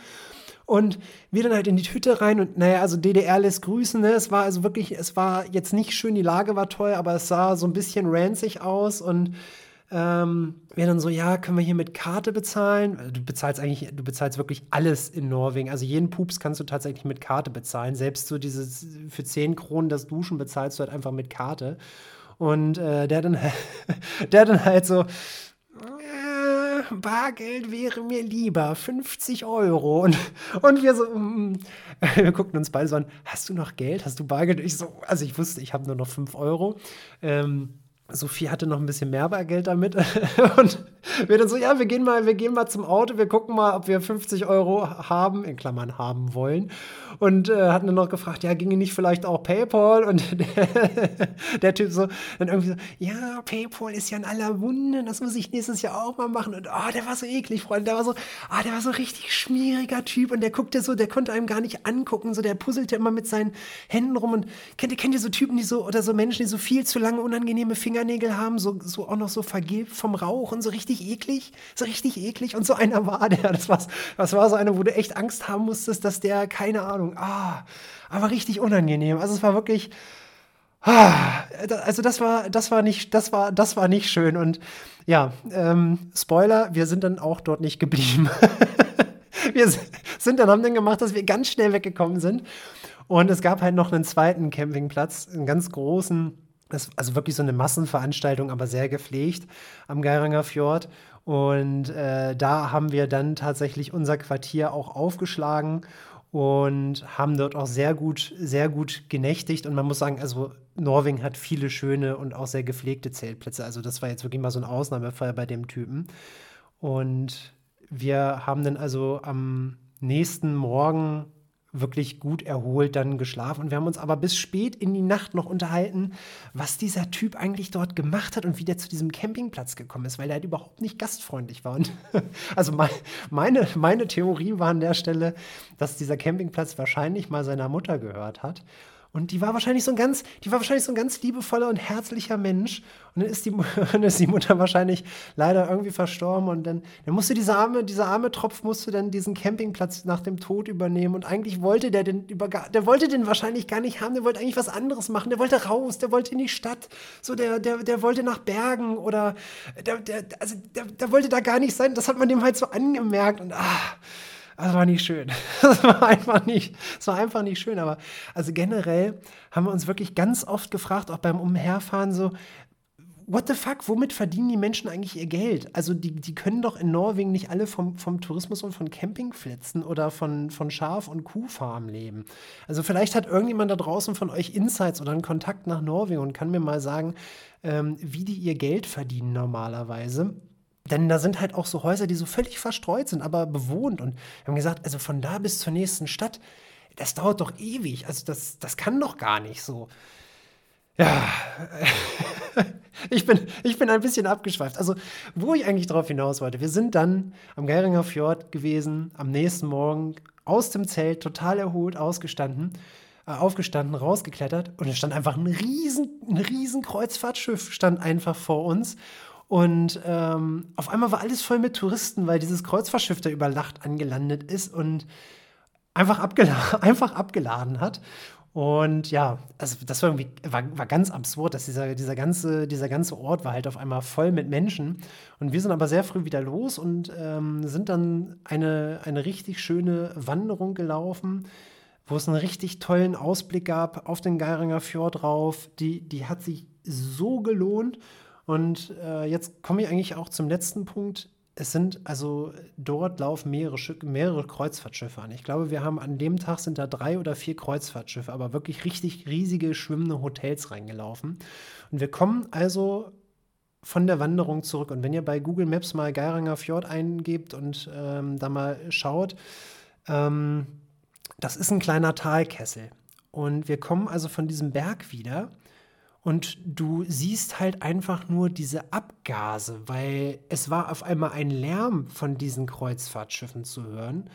Und wir dann halt in die Hütte rein und naja, also D D R lässt grüßen, ne? Es war also wirklich, es war jetzt nicht schön, die Lage war toll, aber es sah so ein bisschen ranzig aus und Ähm, wir dann so, ja, können wir hier mit Karte bezahlen? Du bezahlst eigentlich, du bezahlst wirklich alles in Norwegen. Also jeden Pups kannst du tatsächlich mit Karte bezahlen. Selbst so dieses, für zehn Kronen das Duschen bezahlst du halt einfach mit Karte. Und äh, der dann, der dann halt so, äh, Bargeld wäre mir lieber, fünfzig Euro. Und, und wir so, mm, wir guckten uns beide so an, hast du noch Geld? Hast du Bargeld? Ich so, also ich wusste, ich habe nur noch fünf Euro. Ähm, Sophie hatte noch ein bisschen mehr Bargeld damit und wir dann so, ja, wir gehen mal, wir gehen mal zum Auto, wir gucken mal, ob wir fünfzig Euro haben, in Klammern haben wollen und äh, hatten dann noch gefragt, ja, ginge nicht vielleicht auch PayPal und der, der Typ so, dann irgendwie so, ja, PayPal ist ja in aller Munde, das muss ich nächstes Jahr auch mal machen und oh, der war so eklig, Freunde, der war so, ah, oh, der war so richtig schmieriger Typ und der guckte so, der konnte einem gar nicht angucken, so, der puzzelte immer mit seinen Händen rum und kennt ihr, kennt ihr so Typen, die so, oder so Menschen, die so viel zu lange unangenehme Finger Fingernägel haben, so, so auch noch so vergilbt vom Rauch und so richtig eklig, so richtig eklig. Und so einer war der, das war, das war so einer, wo du echt Angst haben musstest, dass der, keine Ahnung, ah, aber richtig unangenehm. Also es war wirklich, ah, also das war, das war nicht, das war, das war nicht schön. Und ja, ähm, Spoiler, wir sind dann auch dort nicht geblieben. Wir sind dann, haben dann gemacht, dass wir ganz schnell weggekommen sind. Und es gab halt noch einen zweiten Campingplatz, einen ganz großen. Das, also wirklich so eine Massenveranstaltung, aber sehr gepflegt am Geiranger Fjord. Und äh, da haben wir dann tatsächlich unser Quartier auch aufgeschlagen und haben dort auch sehr gut, sehr gut genächtigt. Und man muss sagen, also Norwegen hat viele schöne und auch sehr gepflegte Zeltplätze. Also das war jetzt wirklich mal so ein Ausnahmefall bei dem Typen. Und wir haben dann also am nächsten Morgen wirklich gut erholt dann geschlafen. Und wir haben uns aber bis spät in die Nacht noch unterhalten, was dieser Typ eigentlich dort gemacht hat und wie der zu diesem Campingplatz gekommen ist, weil der halt überhaupt nicht gastfreundlich war. Und also mein, meine, meine Theorie war an der Stelle, dass dieser Campingplatz wahrscheinlich mal seiner Mutter gehört hat. Und die war wahrscheinlich so ein ganz, die war wahrscheinlich so ein ganz liebevoller und herzlicher Mensch. Und dann ist die, dann ist die Mutter wahrscheinlich leider irgendwie verstorben. Und dann, dann musste dieser arme, dieser arme Tropf musste dann diesen Campingplatz nach dem Tod übernehmen. Und eigentlich wollte der den über, der wollte den wahrscheinlich gar nicht haben. Der wollte eigentlich was anderes machen. Der wollte raus, der wollte in die Stadt. So, der, der, der wollte nach Bergen oder der, der, also der, der wollte da gar nicht sein. Das hat man dem halt so angemerkt. Und ah. Das war nicht schön. Das war einfach nicht, das war einfach nicht schön. Aber also generell haben wir uns wirklich ganz oft gefragt, auch beim Umherfahren so, what the fuck, womit verdienen die Menschen eigentlich ihr Geld? Also die, die können doch in Norwegen nicht alle vom, vom Tourismus und von Campingplätzen oder von, von Schaf- und Kuhfarmen leben. Also vielleicht hat irgendjemand da draußen von euch Insights oder einen Kontakt nach Norwegen und kann mir mal sagen, ähm, wie die ihr Geld verdienen normalerweise. Denn da sind halt auch so Häuser, die so völlig verstreut sind, aber bewohnt. Und wir haben gesagt, also von da bis zur nächsten Stadt, das dauert doch ewig. Also das, das kann doch gar nicht so. Ja, ich bin, ich bin ein bisschen abgeschweift. Also, wo ich eigentlich drauf hinaus wollte, wir sind dann am Geiringer Fjord gewesen, am nächsten Morgen aus dem Zelt, total erholt, ausgestanden, äh, aufgestanden, rausgeklettert und es stand einfach ein riesen, ein riesen Kreuzfahrtschiff stand einfach vor uns. Und ähm, auf einmal war alles voll mit Touristen, weil dieses Kreuzfahrtschiff da über Nacht angelandet ist und einfach, abgela- einfach abgeladen hat. Und ja, also das war irgendwie war, war ganz absurd, dass dieser, dieser, ganze, dieser ganze Ort war halt auf einmal voll mit Menschen. Und wir sind aber sehr früh wieder los und ähm, sind dann eine, eine richtig schöne Wanderung gelaufen, wo es einen richtig tollen Ausblick gab auf den Geiringer Fjord drauf. Die, die hat sich so gelohnt. Und äh, jetzt komme ich eigentlich auch zum letzten Punkt. Es sind, also dort laufen mehrere, Schiff, mehrere Kreuzfahrtschiffe an. Ich glaube, wir haben an dem Tag sind da drei oder vier Kreuzfahrtschiffe, aber wirklich richtig riesige schwimmende Hotels reingelaufen. Und wir kommen also von der Wanderung zurück. Und wenn ihr bei Google Maps mal Geiringer Fjord eingebt und ähm, da mal schaut, ähm, das ist ein kleiner Talkessel. Und wir kommen also von diesem Berg wieder. Und du siehst halt einfach nur diese Abgase, weil es war auf einmal ein Lärm von diesen Kreuzfahrtschiffen zu hören.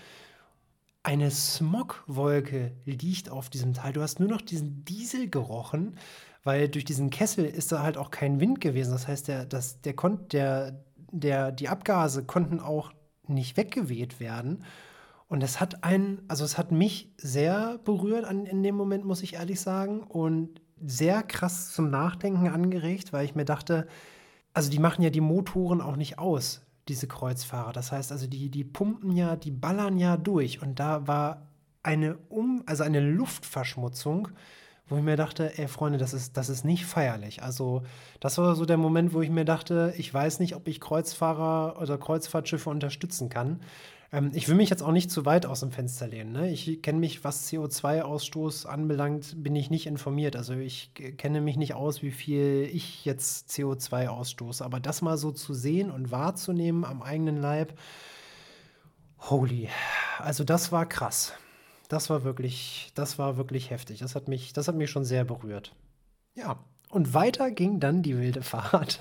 Eine Smogwolke liegt auf diesem Tal. Du hast nur noch diesen Diesel gerochen, weil durch diesen Kessel ist da halt auch kein Wind gewesen. Das heißt, der, das, der, kon- der, der, die Abgase konnten auch nicht weggeweht werden. Und es hat einen, also es hat mich sehr berührt an, in dem Moment, muss ich ehrlich sagen. Und sehr krass zum Nachdenken angeregt, weil ich mir dachte, also die machen ja die Motoren auch nicht aus, diese Kreuzfahrer. Das heißt also, die, die pumpen ja, die ballern ja durch. Und da war eine um, also eine Luftverschmutzung, wo ich mir dachte, ey Freunde, das ist, das ist nicht feierlich. Also das war so der Moment, wo ich mir dachte, ich weiß nicht, ob ich Kreuzfahrer oder Kreuzfahrtschiffe unterstützen kann. Ähm, ich will mich jetzt auch nicht zu weit aus dem Fenster lehnen. Ne? Ich kenne mich, was C O zwei Ausstoß anbelangt, bin ich nicht informiert. Also ich k- kenne mich nicht aus, wie viel ich jetzt C O zwei ausstoße. Aber das mal so zu sehen und wahrzunehmen am eigenen Leib, holy. Also das war krass. Das war wirklich, das war wirklich heftig. Das hat mich, das hat mich schon sehr berührt. Ja, und weiter ging dann die wilde Fahrt.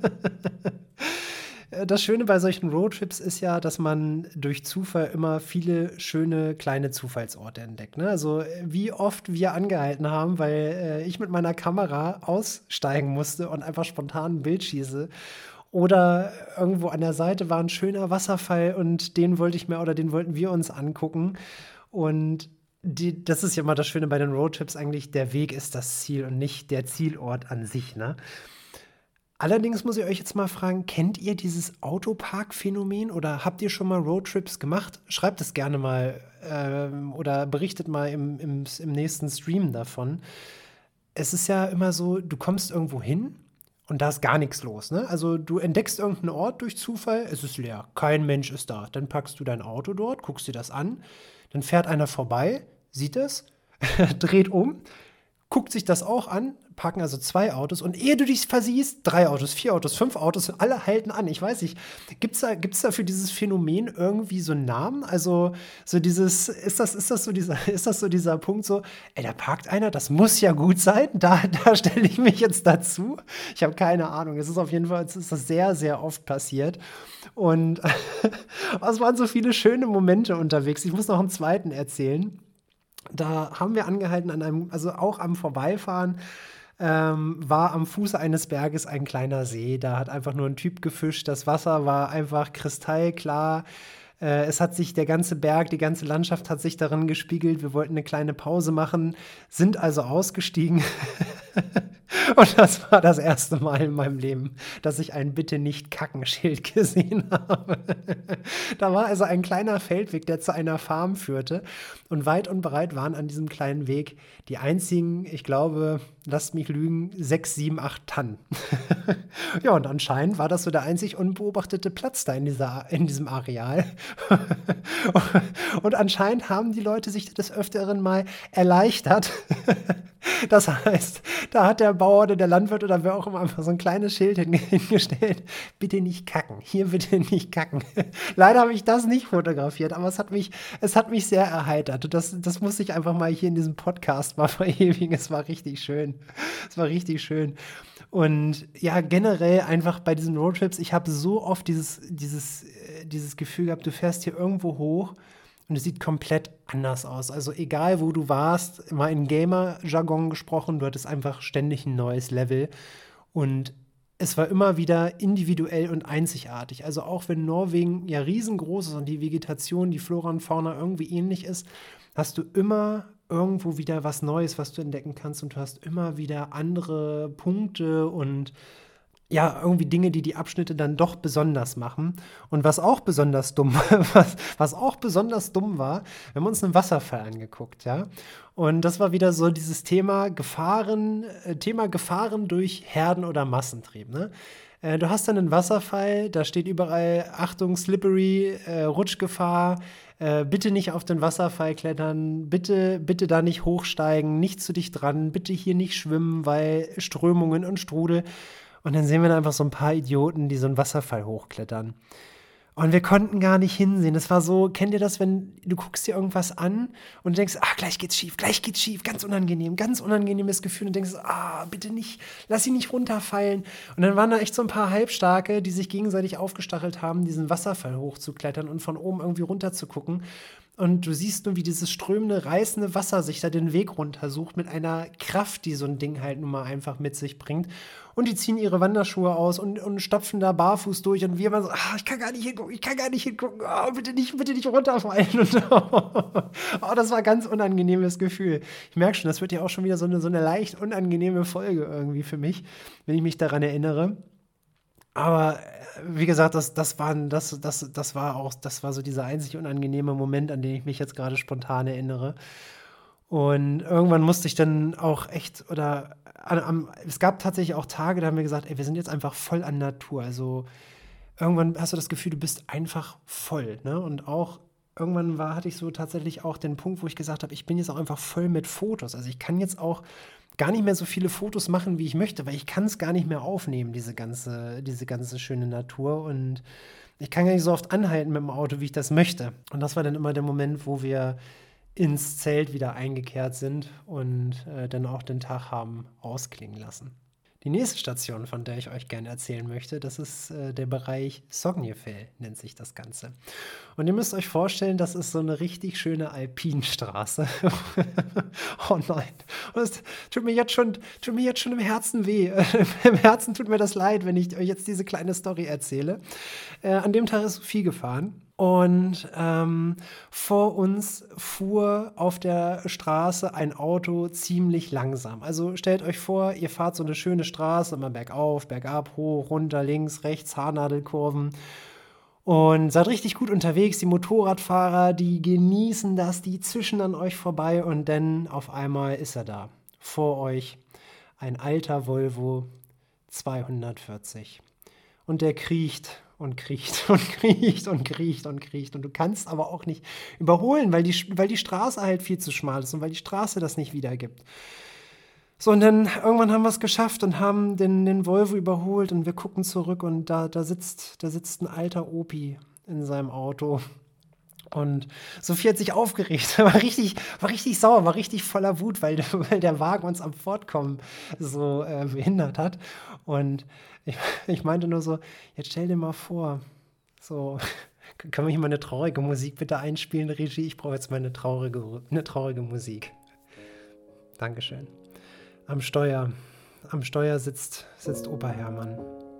Das Schöne bei solchen Roadtrips ist ja, dass man durch Zufall immer viele schöne kleine Zufallsorte entdeckt. Ne? Also äh, wie oft wir angehalten haben, weil äh, ich mit meiner Kamera aussteigen musste und einfach spontan ein Bild schieße. Oder irgendwo an der Seite war ein schöner Wasserfall und den wollte ich mir oder den wollten wir uns angucken. Und die, das ist ja immer das Schöne bei den Roadtrips eigentlich, der Weg ist das Ziel und nicht der Zielort an sich, ne? Allerdings muss ich euch jetzt mal fragen, kennt ihr dieses Autopark-Phänomen oder habt ihr schon mal Roadtrips gemacht? Schreibt es gerne mal ähm, oder berichtet mal im, im, im nächsten Stream davon. Es ist ja immer so, du kommst irgendwo hin und da ist gar nichts los, ne? Also du entdeckst irgendeinen Ort durch Zufall, es ist leer, kein Mensch ist da. Dann packst du dein Auto dort, guckst dir das an, dann fährt einer vorbei, sieht es, dreht um, guckt sich das auch an, parken also zwei Autos und ehe du dich versiehst, drei Autos, vier Autos, fünf Autos, alle halten an. Ich weiß nicht, gibt's da, gibt's da für dieses Phänomen irgendwie so einen Namen? Also so dieses, ist das, ist das so dieser, ist das so dieser Punkt so, ey, da parkt einer, das muss ja gut sein, da, da stelle ich mich jetzt dazu. Ich habe keine Ahnung. Es ist auf jeden Fall, es ist das sehr, sehr oft passiert. Und es waren so viele schöne Momente unterwegs. Ich muss noch einen zweiten erzählen. Da haben wir angehalten an einem, also auch am Vorbeifahren, ähm, war am Fuße eines Berges ein kleiner See. Da hat einfach nur ein Typ gefischt. Das Wasser war einfach kristallklar. Äh, es hat sich der ganze Berg, die ganze Landschaft hat sich darin gespiegelt. Wir wollten eine kleine Pause machen, sind also ausgestiegen. Und das war das erste Mal in meinem Leben, dass ich ein Bitte nicht Kacken-Schild gesehen habe. Da war also ein kleiner Feldweg, der zu einer Farm führte. Und weit und breit waren an diesem kleinen Weg die einzigen, ich glaube, lasst mich lügen, sechs, sieben, acht Tannen. Ja, und anscheinend war das so der einzig unbeobachtete Platz da in, dieser, in diesem Areal. Und anscheinend haben die Leute sich des Öfteren mal erleichtert. Das heißt, da hat der Bauer oder der Landwirt oder wer auch immer einfach so ein kleines Schild hingestellt. Bitte nicht kacken. Hier bitte nicht kacken. Leider habe ich das nicht fotografiert, aber es hat mich, es hat mich sehr erheitert. Das, das muss ich einfach mal hier in diesem Podcast mal verewigen. Es war richtig schön. Es war richtig schön. Und ja, generell einfach bei diesen Roadtrips, ich habe so oft dieses, dieses, dieses Gefühl gehabt, du fährst hier irgendwo hoch und es sieht komplett anders aus. Also egal, wo du warst, mal in Gamer-Jargon gesprochen, du hattest einfach ständig ein neues Level. Und es war immer wieder individuell und einzigartig. Also auch wenn Norwegen ja riesengroß ist und die Vegetation, die Flora und Fauna irgendwie ähnlich ist, hast du immer irgendwo wieder was Neues, was du entdecken kannst. Und du hast immer wieder andere Punkte und ja, irgendwie Dinge, die die Abschnitte dann doch besonders machen. Und was auch besonders dumm, was, was auch besonders dumm war, wir haben uns einen Wasserfall angeguckt, ja. Und das war wieder so dieses Thema Gefahren, äh, Thema Gefahren durch Herden- oder Massentrieb, ne? Äh, du hast dann einen Wasserfall, da steht überall Achtung, slippery, äh, Rutschgefahr, äh, bitte nicht auf den Wasserfall klettern, bitte, bitte da nicht hochsteigen, nicht zu dicht dran, bitte hier nicht schwimmen, weil Strömungen und Strudel. Und dann sehen wir da einfach so ein paar Idioten, die so einen Wasserfall hochklettern. Und wir konnten gar nicht hinsehen. Das war so, kennt ihr das, wenn du guckst dir irgendwas an und denkst, ah, gleich geht's schief, gleich geht's schief, ganz unangenehm, ganz unangenehmes Gefühl und denkst, ah, bitte nicht, lass sie nicht runterfallen. Und dann waren da echt so ein paar Halbstarke, die sich gegenseitig aufgestachelt haben, diesen Wasserfall hochzuklettern und von oben irgendwie runter zu gucken. Und du siehst nur, wie dieses strömende, reißende Wasser sich da den Weg runtersucht mit einer Kraft, die so ein Ding halt nun mal einfach mit sich bringt. Und die ziehen ihre Wanderschuhe aus und, und stapfen da barfuß durch. Und wir immer so, ah, ich kann gar nicht hingucken, ich kann gar nicht hingucken. Oh, bitte nicht, bitte nicht runterfallen. Und, oh, das war ein ganz unangenehmes Gefühl. Ich merke schon, das wird ja auch schon wieder so eine, so eine leicht unangenehme Folge irgendwie für mich, wenn ich mich daran erinnere. Aber wie gesagt, das, das, waren, das, das, das war auch, das war so dieser einzig unangenehme Moment, an den ich mich jetzt gerade spontan erinnere. Und irgendwann musste ich dann auch echt, oder am, es gab tatsächlich auch Tage, da haben wir gesagt, ey, wir sind jetzt einfach voll an Natur. Also irgendwann hast du das Gefühl, du bist einfach voll, ne? Und auch irgendwann war, hatte ich so tatsächlich auch den Punkt, wo ich gesagt habe, ich bin jetzt auch einfach voll mit Fotos. Also ich kann jetzt auch gar nicht mehr so viele Fotos machen, wie ich möchte, weil ich kann es gar nicht mehr aufnehmen, diese ganze, diese ganze schöne Natur. Und ich kann gar nicht so oft anhalten mit dem Auto, wie ich das möchte. Und das war dann immer der Moment, wo wir ins Zelt wieder eingekehrt sind und äh, dann auch den Tag haben ausklingen lassen. Die nächste Station, von der ich euch gerne erzählen möchte, das ist äh, der Bereich Sognefjell, nennt sich das Ganze. Und ihr müsst euch vorstellen, das ist so eine richtig schöne Alpinstraße. Oh nein, das tut mir jetzt schon, tut mir jetzt schon im Herzen weh. Im Herzen tut mir das leid, wenn ich euch jetzt diese kleine Story erzähle. Äh, an dem Tag ist Sophie gefahren. Und ähm, vor uns fuhr auf der Straße ein Auto ziemlich langsam. Also stellt euch vor, ihr fahrt so eine schöne Straße, immer bergauf, bergab, hoch, runter, links, rechts, Haarnadelkurven. Und seid richtig gut unterwegs. Die Motorradfahrer, die genießen das, die zischen an euch vorbei. Und dann auf einmal ist er da. Vor euch ein alter Volvo zweihundertvierzig. Und der kriecht und kriecht und kriecht und kriecht und kriecht. Und du kannst aber auch nicht überholen, weil die, weil die Straße halt viel zu schmal ist und weil die Straße das nicht wiedergibt. So, und dann irgendwann haben wir es geschafft und haben den, den Volvo überholt und wir gucken zurück und da, da, sitzt, da sitzt ein alter Opi in seinem Auto. Und Sophie hat sich aufgeregt, war richtig, war richtig sauer, war richtig voller Wut, weil, weil der Wagen uns am Fortkommen so äh, behindert hat. Und ich, ich meinte nur so, jetzt stell dir mal vor, so K- Können wir hier mal eine traurige Musik bitte einspielen, Regie? Ich brauche jetzt mal eine traurige, eine traurige Musik. Dankeschön. Am Steuer, am Steuer sitzt, sitzt Opa Hermann.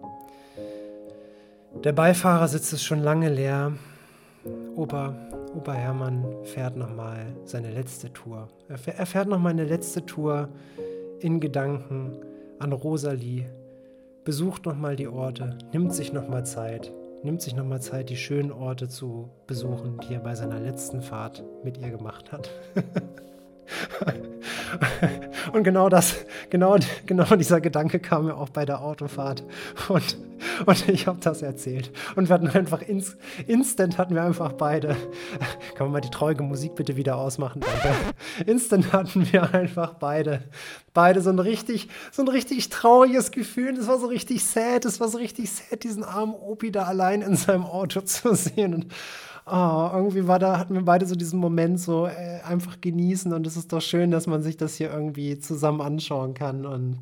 Der Beifahrersitz ist schon lange leer. Opa, Opa Hermann fährt nochmal seine letzte Tour. Er fährt, er fährt nochmal eine letzte Tour in Gedanken an Rosalie, besucht nochmal die Orte, nimmt sich nochmal Zeit, nimmt sich nochmal Zeit, die schönen Orte zu besuchen, die er bei seiner letzten Fahrt mit ihr gemacht hat. Und genau das, genau, genau dieser Gedanke kam mir auch bei der Autofahrt. Und, und ich habe das erzählt. Und wir hatten einfach ins, instant hatten wir einfach beide. Kann man mal die traurige Musik bitte wieder ausmachen? Danke. Instant hatten wir einfach beide. Beide so ein richtig, so ein richtig trauriges Gefühl. Das war so richtig sad. Das war so richtig sad, diesen armen Opi da allein in seinem Auto zu sehen. Und oh, irgendwie war da, hatten wir beide so diesen Moment so äh, einfach genießen und es ist doch schön, dass man sich das hier irgendwie zusammen anschauen kann und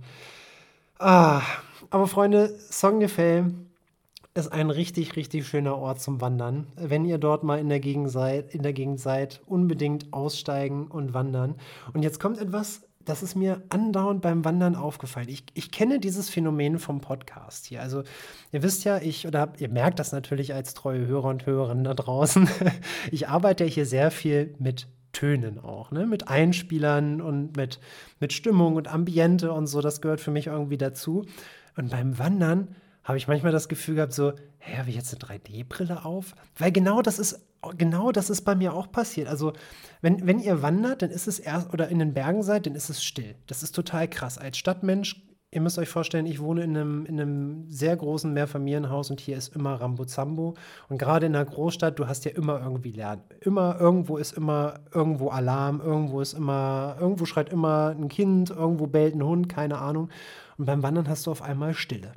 ah, aber Freunde, Songefell ist ein richtig, richtig schöner Ort zum Wandern. Wenn ihr dort mal in der Gegend seid, in der Gegend seid, unbedingt aussteigen und wandern. Und jetzt kommt etwas, das ist mir andauernd beim Wandern aufgefallen. Ich, ich kenne dieses Phänomen vom Podcast hier. Also ihr wisst ja, ich, oder ihr merkt das natürlich als treue Hörer und Hörerinnen da draußen, ich arbeite hier sehr viel mit Tönen auch, ne? Mit Einspielern und mit, mit Stimmung und Ambiente und so. Das gehört für mich irgendwie dazu. Und beim Wandern habe ich manchmal das Gefühl gehabt, so, hä, habe ich jetzt eine drei D Brille auf? Weil genau das ist, genau das ist bei mir auch passiert. Also, wenn, wenn ihr wandert, dann ist es erst, oder in den Bergen seid, dann ist es still. Das ist total krass. Als Stadtmensch, ihr müsst euch vorstellen, ich wohne in einem, in einem sehr großen Mehrfamilienhaus und hier ist immer Rambozambo. Und gerade in einer Großstadt, du hast ja immer irgendwie Lärm. Immer, irgendwo ist immer irgendwo Alarm, irgendwo ist immer, irgendwo schreit immer ein Kind, irgendwo bellt ein Hund, keine Ahnung. Und beim Wandern hast du auf einmal Stille.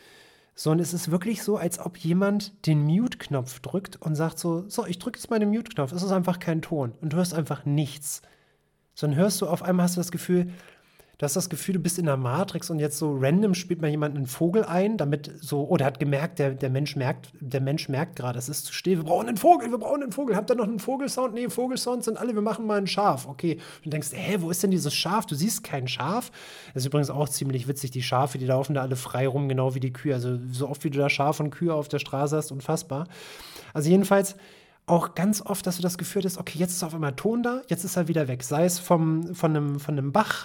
So, und es ist wirklich so, als ob jemand den Mute-Knopf drückt und sagt so, so, ich drücke jetzt mal den Mute-Knopf. Es ist einfach kein Ton und du hörst einfach nichts. Sondern hörst du, auf einmal hast du das Gefühl, du hast das Gefühl, du bist in der Matrix und jetzt so random spielt mal jemand einen Vogel ein, damit so, oh, der hat gemerkt, der, der Mensch merkt, der Mensch merkt gerade, es ist zu still, wir brauchen einen Vogel, wir brauchen einen Vogel. Habt ihr noch einen Vogelsound? Nee, Vogelsounds sind alle, wir machen mal ein Schaf. Okay. Und du denkst, hä, wo ist denn dieses Schaf? Du siehst kein Schaf. Das ist übrigens auch ziemlich witzig, die Schafe, die laufen da alle frei rum, genau wie die Kühe. Also so oft, wie du da Schafe und Kühe auf der Straße hast, unfassbar. Also jedenfalls auch ganz oft, dass du das Gefühl hast, okay, jetzt ist auf einmal Ton da, jetzt ist er wieder weg. Sei es vom, von, einem, von einem Bach,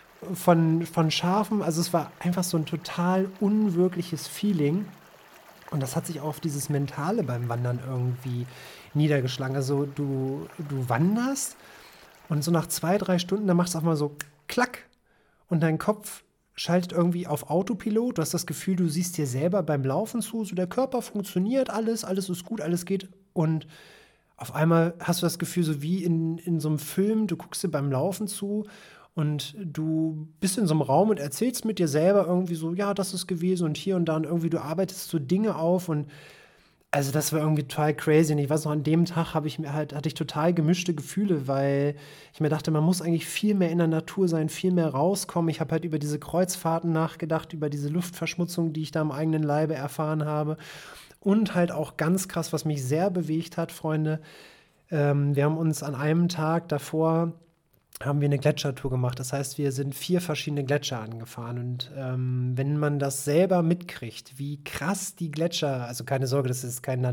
Von, von Schafen, also es war einfach so ein total unwirkliches Feeling und das hat sich auch auf dieses Mentale beim Wandern irgendwie niedergeschlagen. Also du, du wanderst und so nach zwei, drei Stunden, dann machst du auch mal so klack und dein Kopf schaltet irgendwie auf Autopilot. Du hast das Gefühl, du siehst dir selber beim Laufen zu, so der Körper funktioniert, alles, alles ist gut, alles geht und auf einmal hast du das Gefühl, so wie in, in so einem Film, du guckst dir beim Laufen zu und du bist in so einem Raum und erzählst mit dir selber irgendwie so, ja, das ist gewesen und hier und da und irgendwie du arbeitest so Dinge auf und also das war irgendwie total crazy und ich weiß noch, an dem Tag habe ich mir halt, hatte ich total gemischte Gefühle, weil ich mir dachte, man muss eigentlich viel mehr in der Natur sein, viel mehr rauskommen. Ich habe halt über diese Kreuzfahrten nachgedacht, über diese Luftverschmutzung, die ich da am eigenen Leibe erfahren habe und halt auch ganz krass, was mich sehr bewegt hat, Freunde, ähm, wir haben uns an einem Tag davor haben wir eine Gletschertour gemacht. Das heißt, wir sind vier verschiedene Gletscher angefahren. Und ähm, wenn man das selber mitkriegt, wie krass die Gletscher, also keine Sorge, das ist kein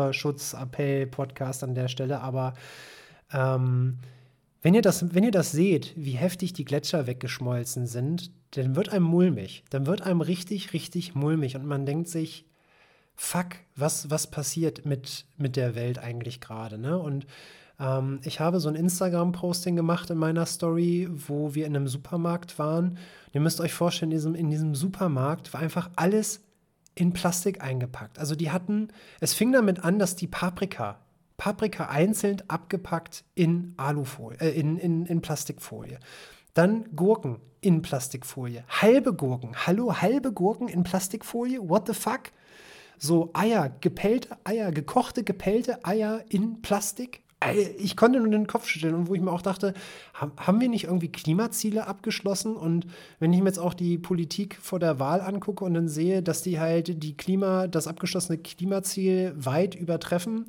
Naturschutz-Appell-Podcast an der Stelle, aber ähm, wenn ihr das, wenn ihr das seht, wie heftig die Gletscher weggeschmolzen sind, dann wird einem mulmig. Dann wird einem richtig, richtig mulmig. Und man denkt sich, fuck, was, was passiert mit, mit der Welt eigentlich gerade, ne? Und Ähm, ich habe so ein Instagram-Posting gemacht in meiner Story, wo wir in einem Supermarkt waren. Und ihr müsst euch vorstellen, in diesem, in diesem Supermarkt war einfach alles in Plastik eingepackt. Also die hatten, es fing damit an, dass die Paprika, Paprika einzeln abgepackt in Alufolie, äh, in, in, in Plastikfolie. Dann Gurken in Plastikfolie. Halbe Gurken. Hallo, halbe Gurken in Plastikfolie? What the fuck? So Eier, gepellte Eier, gekochte, gepellte Eier in Plastik. ich konnte nur den Kopf schütteln und wo ich mir auch dachte, haben wir nicht irgendwie Klimaziele abgeschlossen? Und wenn ich mir jetzt auch die Politik vor der Wahl angucke und dann sehe, dass die halt die Klima, das abgeschlossene Klimaziel weit übertreffen,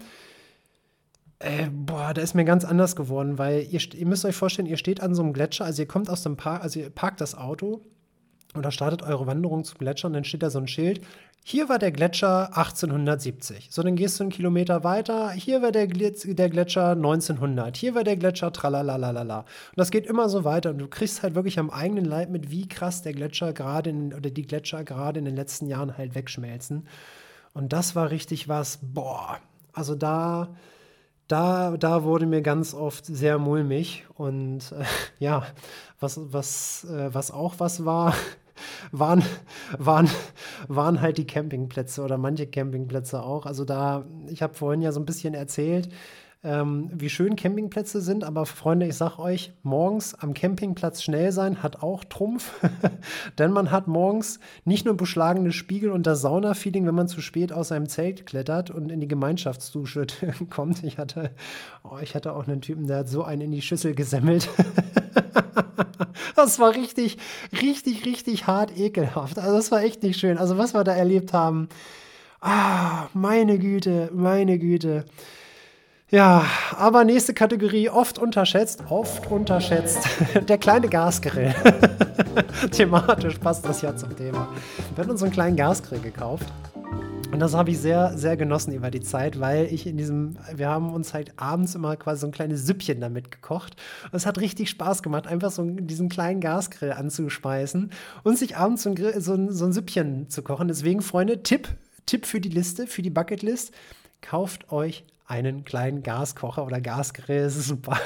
äh, boah, da ist mir ganz anders geworden, weil ihr, ihr müsst euch vorstellen, ihr steht an so einem Gletscher, also ihr kommt aus dem Park, also ihr parkt das Auto oder startet eure Wanderung zum Gletscher und dann steht da so ein Schild. Hier war der Gletscher achtzehnhundertsiebzig. So, dann gehst du einen Kilometer weiter. Hier war der, Glitz, der Gletscher neunzehnhundert. Hier war der Gletscher tralalalala. Und das geht immer so weiter. Und du kriegst halt wirklich am eigenen Leib mit, wie krass der Gletscher gerade in, oder die Gletscher gerade in den letzten Jahren halt wegschmelzen. Und das war richtig was, boah. Also da, da, da wurde mir ganz oft sehr mulmig. Und äh, ja, was, was, äh, was auch was war, waren, waren, waren halt die Campingplätze oder manche Campingplätze auch. Also da, ich habe vorhin ja so ein bisschen erzählt, ähm, wie schön Campingplätze sind, aber Freunde, ich sag euch, morgens am Campingplatz schnell sein hat auch Trumpf, denn man hat morgens nicht nur beschlagene Spiegel und das Sauna-Feeling, wenn man zu spät aus seinem Zelt klettert und in die Gemeinschaftsdusche kommt. Ich hatte, oh, ich hatte auch einen Typen, der hat so einen in die Schüssel gesemmelt. Das war richtig, richtig, richtig hart ekelhaft. Also das war echt nicht schön. Also was wir da erlebt haben, ah, meine Güte, meine Güte. Ja, aber nächste Kategorie, oft unterschätzt, oft unterschätzt, der kleine Gasgrill. Thematisch passt das ja zum Thema. Wir hatten uns einen kleinen Gasgrill gekauft. Und das habe ich sehr, sehr genossen über die Zeit, weil ich in diesem, wir haben uns halt abends immer quasi so ein kleines Süppchen damit gekocht. Und es hat richtig Spaß gemacht, einfach so diesen kleinen Gasgrill anzuschmeißen und sich abends so ein, Grill, so ein, so ein Süppchen zu kochen. Deswegen, Freunde, Tipp, Tipp für die Liste, für die Bucketlist, kauft euch einen kleinen Gaskocher oder Gasgrill, das ist super.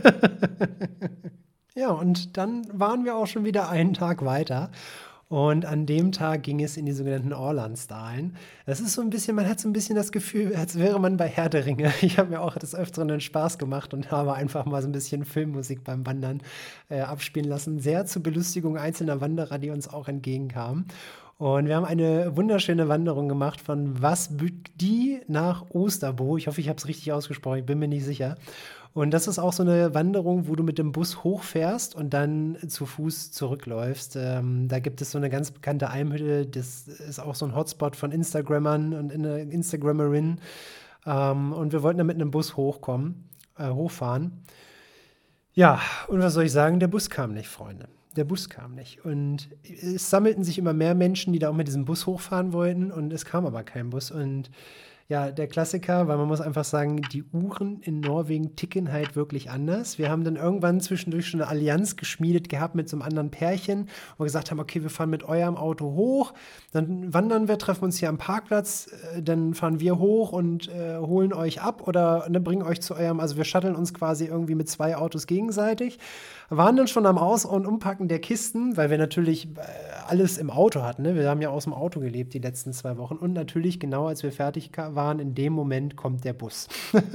Ja, und dann waren wir auch schon wieder einen Tag weiter. Und an dem Tag ging es in die sogenannten Orlandsdalen. Das ist so ein bisschen, man hat so ein bisschen das Gefühl, als wäre man bei Herr der Ringe. Ich habe mir auch des Öfteren einen Spaß gemacht und habe einfach mal so ein bisschen Filmmusik beim Wandern äh, abspielen lassen. Sehr zur Belustigung einzelner Wanderer, die uns auch entgegenkamen. Und wir haben eine wunderschöne Wanderung gemacht von Wasbüdi nach Osterbo. Ich hoffe, ich habe es richtig ausgesprochen, ich bin mir nicht sicher. Und das ist auch so eine Wanderung, wo du mit dem Bus hochfährst und dann zu Fuß zurückläufst. Ähm, da gibt es so eine ganz bekannte Almhütte, das ist auch so ein Hotspot von Instagrammern und Instagrammerinnen. Ähm, und wir wollten da mit einem Bus hochkommen, äh, hochfahren. Ja, und was soll ich sagen, der Bus kam nicht, Freunde. Der Bus kam nicht. Und es sammelten sich immer mehr Menschen, die da auch mit diesem Bus hochfahren wollten. Und es kam aber kein Bus. Und ja, der Klassiker, weil man muss einfach sagen, die Uhren in Norwegen ticken halt wirklich anders. Wir haben dann irgendwann zwischendurch schon eine Allianz geschmiedet gehabt mit so einem anderen Pärchen, wo wir gesagt haben, okay, wir fahren mit eurem Auto hoch, dann wandern wir, treffen uns hier am Parkplatz, äh, dann fahren wir hoch und äh, holen euch ab oder ne, bringen euch zu eurem, also wir shutteln uns quasi irgendwie mit zwei Autos gegenseitig. Waren dann schon am Aus- und Umpacken der Kisten, weil wir natürlich äh, alles im Auto hatten. Ne? Wir haben ja aus dem Auto gelebt die letzten zwei Wochen. Und natürlich, genau als wir fertig waren, in dem Moment kommt der Bus.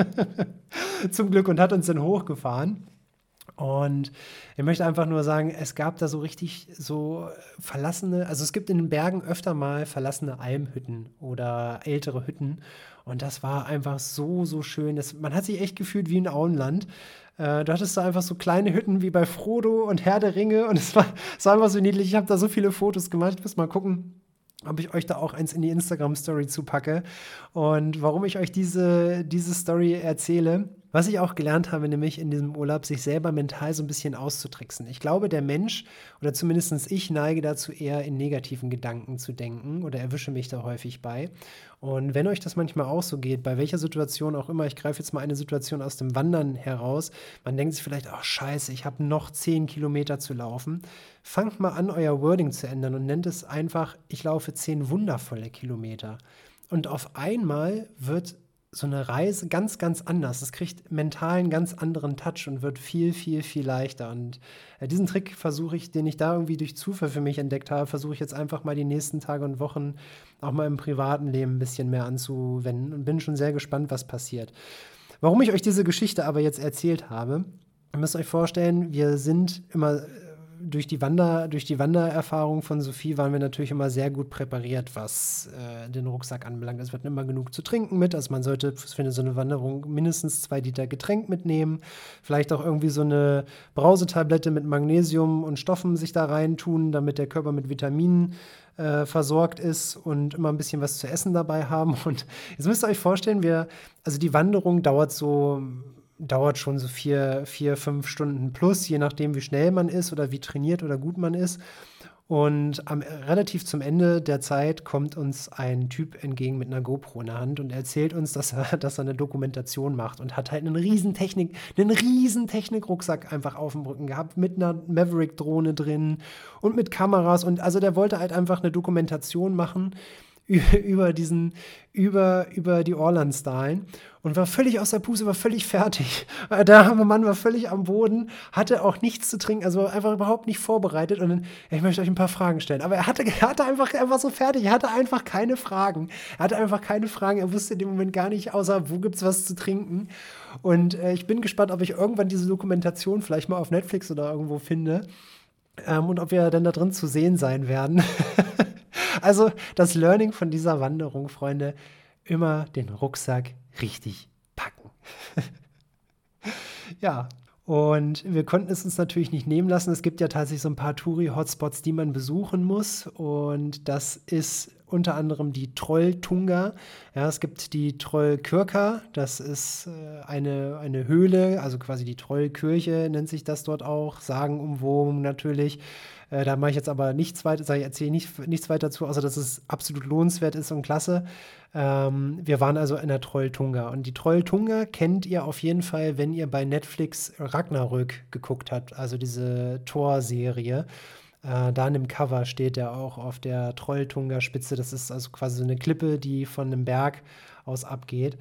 Zum Glück und hat uns dann hochgefahren. Und ich möchte einfach nur sagen, es gab da so richtig so verlassene, also es gibt in den Bergen öfter mal verlassene Almhütten oder ältere Hütten. Und das war einfach so, so schön. Das, man hat sich echt gefühlt wie in Auenland. Äh, du hattest da einfach so kleine Hütten wie bei Frodo und Herr der Ringe. Und es war, es war einfach so niedlich. Ich habe da so viele Fotos gemacht. Ich muss mal gucken, ob ich euch da auch eins in die Instagram-Story zupacke. Und warum ich euch diese, diese Story erzähle, was ich auch gelernt habe, nämlich in diesem Urlaub, sich selber mental so ein bisschen auszutricksen. Ich glaube, der Mensch, oder zumindest ich, neige dazu eher in negativen Gedanken zu denken oder erwische mich da häufig bei. Und wenn euch das manchmal auch so geht, bei welcher Situation auch immer, ich greife jetzt mal eine Situation aus dem Wandern heraus, man denkt sich vielleicht, ach scheiße, ich habe noch zehn Kilometer zu laufen. Fangt mal an, euer Wording zu ändern und nennt es einfach, ich laufe zehn wundervolle Kilometer. Und auf einmal wird so eine Reise ganz, ganz anders. Es kriegt mental einen ganz anderen Touch und wird viel, viel, viel leichter. Und äh, diesen Trick versuche ich, den ich da irgendwie durch Zufall für mich entdeckt habe, versuche ich jetzt einfach mal die nächsten Tage und Wochen auch mal im privaten Leben ein bisschen mehr anzuwenden und bin schon sehr gespannt, was passiert. Warum ich euch diese Geschichte aber jetzt erzählt habe, ihr müsst euch vorstellen, wir sind immer durch die Wander, durch die Wandererfahrung von Sophie waren wir natürlich immer sehr gut präpariert, was äh, den Rucksack anbelangt. Es wird immer genug zu trinken mit. Also man sollte für so eine Wanderung mindestens zwei Liter Getränk mitnehmen. Vielleicht auch irgendwie so eine Brausetablette mit Magnesium und Stoffen sich da reintun, damit der Körper mit Vitaminen äh, versorgt ist und immer ein bisschen was zu essen dabei haben. Und jetzt müsst ihr euch vorstellen, wir, also die Wanderung dauert so dauert schon so vier, vier, fünf Stunden plus, je nachdem, wie schnell man ist oder wie trainiert oder gut man ist. Und am, relativ zum Ende der Zeit kommt uns ein Typ entgegen mit einer GoPro in der Hand und erzählt uns, dass er, dass er eine Dokumentation macht und hat halt einen riesen Technik, einen riesen Technikrucksack einfach auf dem Rücken gehabt mit einer Maverick-Drohne drin und mit Kameras. Und also der wollte halt einfach eine Dokumentation machen über diesen, über, über die Orlandsdalen und war völlig aus der Puste, war völlig fertig. Der arme Mann war völlig am Boden, hatte auch nichts zu trinken, also einfach überhaupt nicht vorbereitet. Und dann, ich möchte euch ein paar Fragen stellen. Aber er hatte, er hatte einfach, er war so fertig, er hatte einfach keine Fragen. Er hatte einfach keine Fragen, er wusste in dem Moment gar nicht, außer wo gibt's was zu trinken. Und äh, ich bin gespannt, ob ich irgendwann diese Dokumentation vielleicht mal auf Netflix oder irgendwo finde. Ähm, und ob wir dann da drin zu sehen sein werden. Also das Learning von dieser Wanderung, Freunde, immer den Rucksack richtig packen. Ja, und wir konnten es uns natürlich nicht nehmen lassen. Es gibt ja tatsächlich so ein paar Touri-Hotspots, die man besuchen muss. Und das ist unter anderem die Trolltunga. Ja, es gibt die Trollkirka. Das ist äh, eine, eine Höhle, also quasi die Trollkirche nennt sich das dort auch. Sagenumwoben natürlich. Äh, da mache ich jetzt aber nichts weiter, ich erzähle nicht, nichts weiter dazu, außer dass es absolut lohnenswert ist und klasse. Ähm, wir waren also in der Trolltunga. Und die Trolltunga kennt ihr auf jeden Fall, wenn ihr bei Netflix Ragnarök geguckt habt, also diese Thor-Serie. Äh, da in dem Cover steht er auch auf der Trolltunga-Spitze. Das ist also quasi so eine Klippe, die von einem Berg aus abgeht.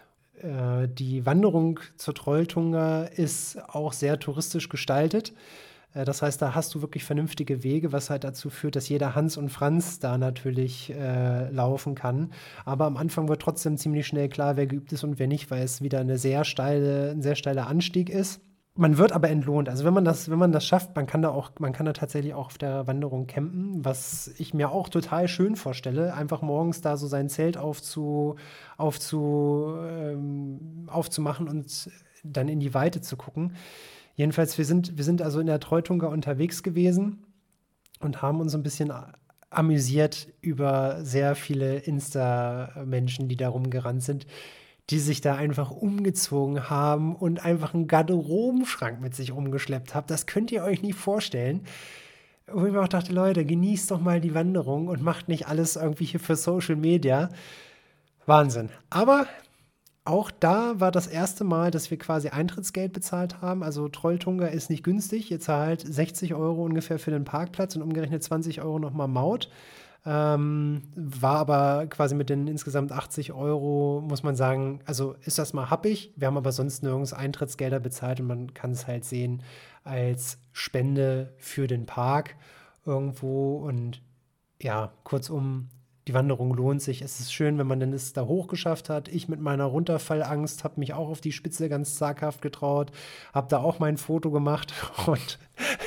Äh, die Wanderung zur Trolltunga ist auch sehr touristisch gestaltet. Das heißt, da hast du wirklich vernünftige Wege, was halt dazu führt, dass jeder Hans und Franz da natürlich äh, laufen kann. Aber am Anfang wird trotzdem ziemlich schnell klar, wer geübt ist und wer nicht, weil es wieder eine sehr steile, ein sehr steiler Anstieg ist. Man wird aber entlohnt. Also wenn man das, wenn man das schafft, man kann da auch, man kann da tatsächlich auch auf der Wanderung campen, was ich mir auch total schön vorstelle. Einfach morgens da so sein Zelt aufzu, aufzu, ähm, aufzumachen und dann in die Weite zu gucken. Jedenfalls, wir sind, wir sind also in der Trolltunga unterwegs gewesen und haben uns ein bisschen amüsiert über sehr viele Insta-Menschen, die da rumgerannt sind, die sich da einfach umgezogen haben und einfach einen Garderobenschrank mit sich rumgeschleppt haben. Das könnt ihr euch nicht vorstellen. Wo ich mir auch dachte, Leute, genießt doch mal die Wanderung und macht nicht alles irgendwie hier für Social Media. Wahnsinn. Aber auch da war das erste Mal, dass wir quasi Eintrittsgeld bezahlt haben. Also Trolltunga ist nicht günstig. Ihr zahlt sechzig Euro ungefähr für den Parkplatz und umgerechnet zwanzig Euro nochmal Maut. Ähm, war aber quasi mit den insgesamt achtzig Euro, muss man sagen, also ist das mal happig. Wir haben aber sonst nirgends Eintrittsgelder bezahlt und man kann es halt sehen als Spende für den Park irgendwo. Und ja, kurzum, die Wanderung lohnt sich. Es ist schön, wenn man denn es da hochgeschafft hat. Ich mit meiner Runterfallangst habe mich auch auf die Spitze ganz zaghaft getraut, habe da auch mein Foto gemacht und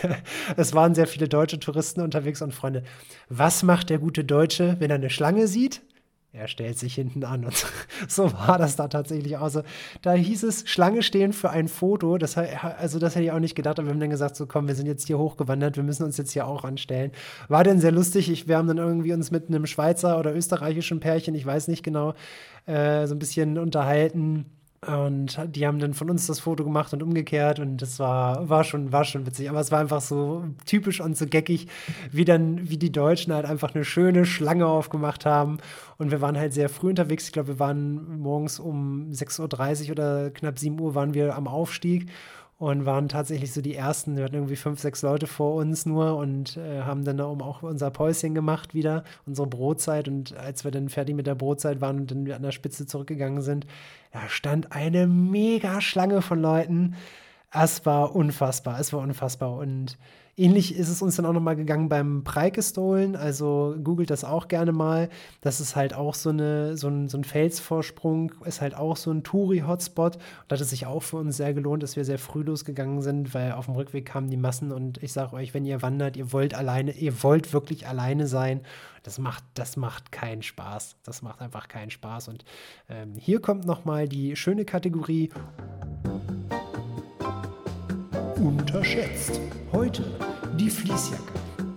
es waren sehr viele deutsche Touristen unterwegs. Und Freunde, was macht der gute Deutsche, wenn er eine Schlange sieht? Er stellt sich hinten an und so war das da tatsächlich. Also da hieß es, Schlange stehen für ein Foto. Das, also das hätte ich auch nicht gedacht, aber wir haben dann gesagt, so komm, wir sind jetzt hier hochgewandert, wir müssen uns jetzt hier auch anstellen. War dann sehr lustig. Ich, wir haben dann irgendwie uns mit einem Schweizer oder österreichischen Pärchen, ich weiß nicht genau, äh, so ein bisschen unterhalten. Und die haben dann von uns das Foto gemacht und umgekehrt und das war, war, schon, war schon witzig. Aber es war einfach so typisch und so geckig, wie dann, wie die Deutschen halt einfach eine schöne Schlange aufgemacht haben. Und wir waren halt sehr früh unterwegs. Ich glaube, wir waren morgens um sechs Uhr dreißig oder knapp sieben Uhr waren wir am Aufstieg und waren tatsächlich so die Ersten. Wir hatten irgendwie fünf, sechs Leute vor uns nur und äh, haben dann da oben auch unser Päuschen gemacht wieder, unsere Brotzeit. Und als wir dann fertig mit der Brotzeit waren und dann an der Spitze zurückgegangen sind, da stand eine mega Schlange von Leuten. Es war unfassbar, es war unfassbar. Und ähnlich ist es uns dann auch noch mal gegangen beim Preikestolen. Also googelt das auch gerne mal. Das ist halt auch so, eine, so, ein, so ein Felsvorsprung, ist halt auch so ein Touri-Hotspot. Und da hat es sich auch für uns sehr gelohnt, dass wir sehr früh losgegangen sind, weil auf dem Rückweg kamen die Massen. Und ich sage euch, wenn ihr wandert, ihr wollt alleine, ihr wollt wirklich alleine sein. Das macht, das macht keinen Spaß. Das macht einfach keinen Spaß. Und ähm, hier kommt noch mal die schöne Kategorie unterschätzt. Heute die Fließjacke.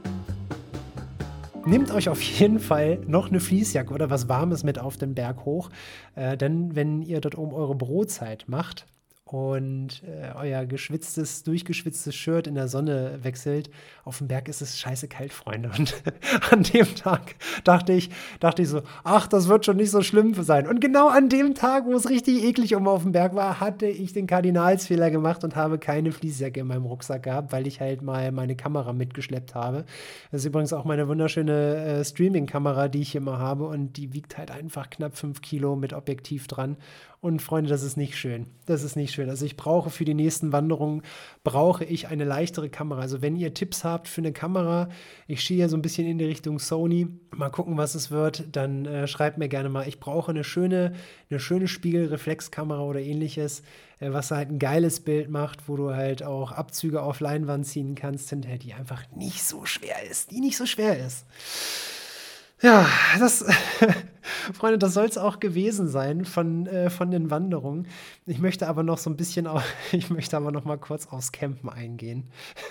Nehmt euch auf jeden Fall noch eine Fließjacke oder was Warmes mit auf den Berg hoch, äh, denn wenn ihr dort oben eure Brotzeit macht und äh, euer geschwitztes, durchgeschwitztes Shirt in der Sonne wechselt, auf dem Berg ist es scheiße kalt, Freunde. Und an dem Tag dachte ich, dachte ich so, ach, das wird schon nicht so schlimm sein. Und genau an dem Tag, wo es richtig eklig um auf dem Berg war, hatte ich den Kardinalsfehler gemacht und habe keine Fließjacke in meinem Rucksack gehabt, weil ich halt mal meine Kamera mitgeschleppt habe. Das ist übrigens auch meine wunderschöne äh, Streaming-Kamera, die ich hier mal habe, und die wiegt halt einfach knapp fünf Kilo mit Objektiv dran. Und Freunde, das ist nicht schön. Das ist nicht schön. Also ich brauche für die nächsten Wanderungen, brauche ich eine leichtere Kamera. Also wenn ihr Tipps habt für eine Kamera, ich stehe ja so ein bisschen in die Richtung Sony, mal gucken, was es wird, dann äh, schreibt mir gerne mal. Ich brauche eine schöne, eine schöne Spiegelreflexkamera oder ähnliches, äh, was halt ein geiles Bild macht, wo du halt auch Abzüge auf Leinwand ziehen kannst, hinterher, die einfach nicht so schwer ist, die nicht so schwer ist. Ja, das, Freunde, das soll es auch gewesen sein von, äh, von den Wanderungen. Ich möchte aber noch so ein bisschen, auch, ich möchte aber noch mal kurz aufs Campen eingehen.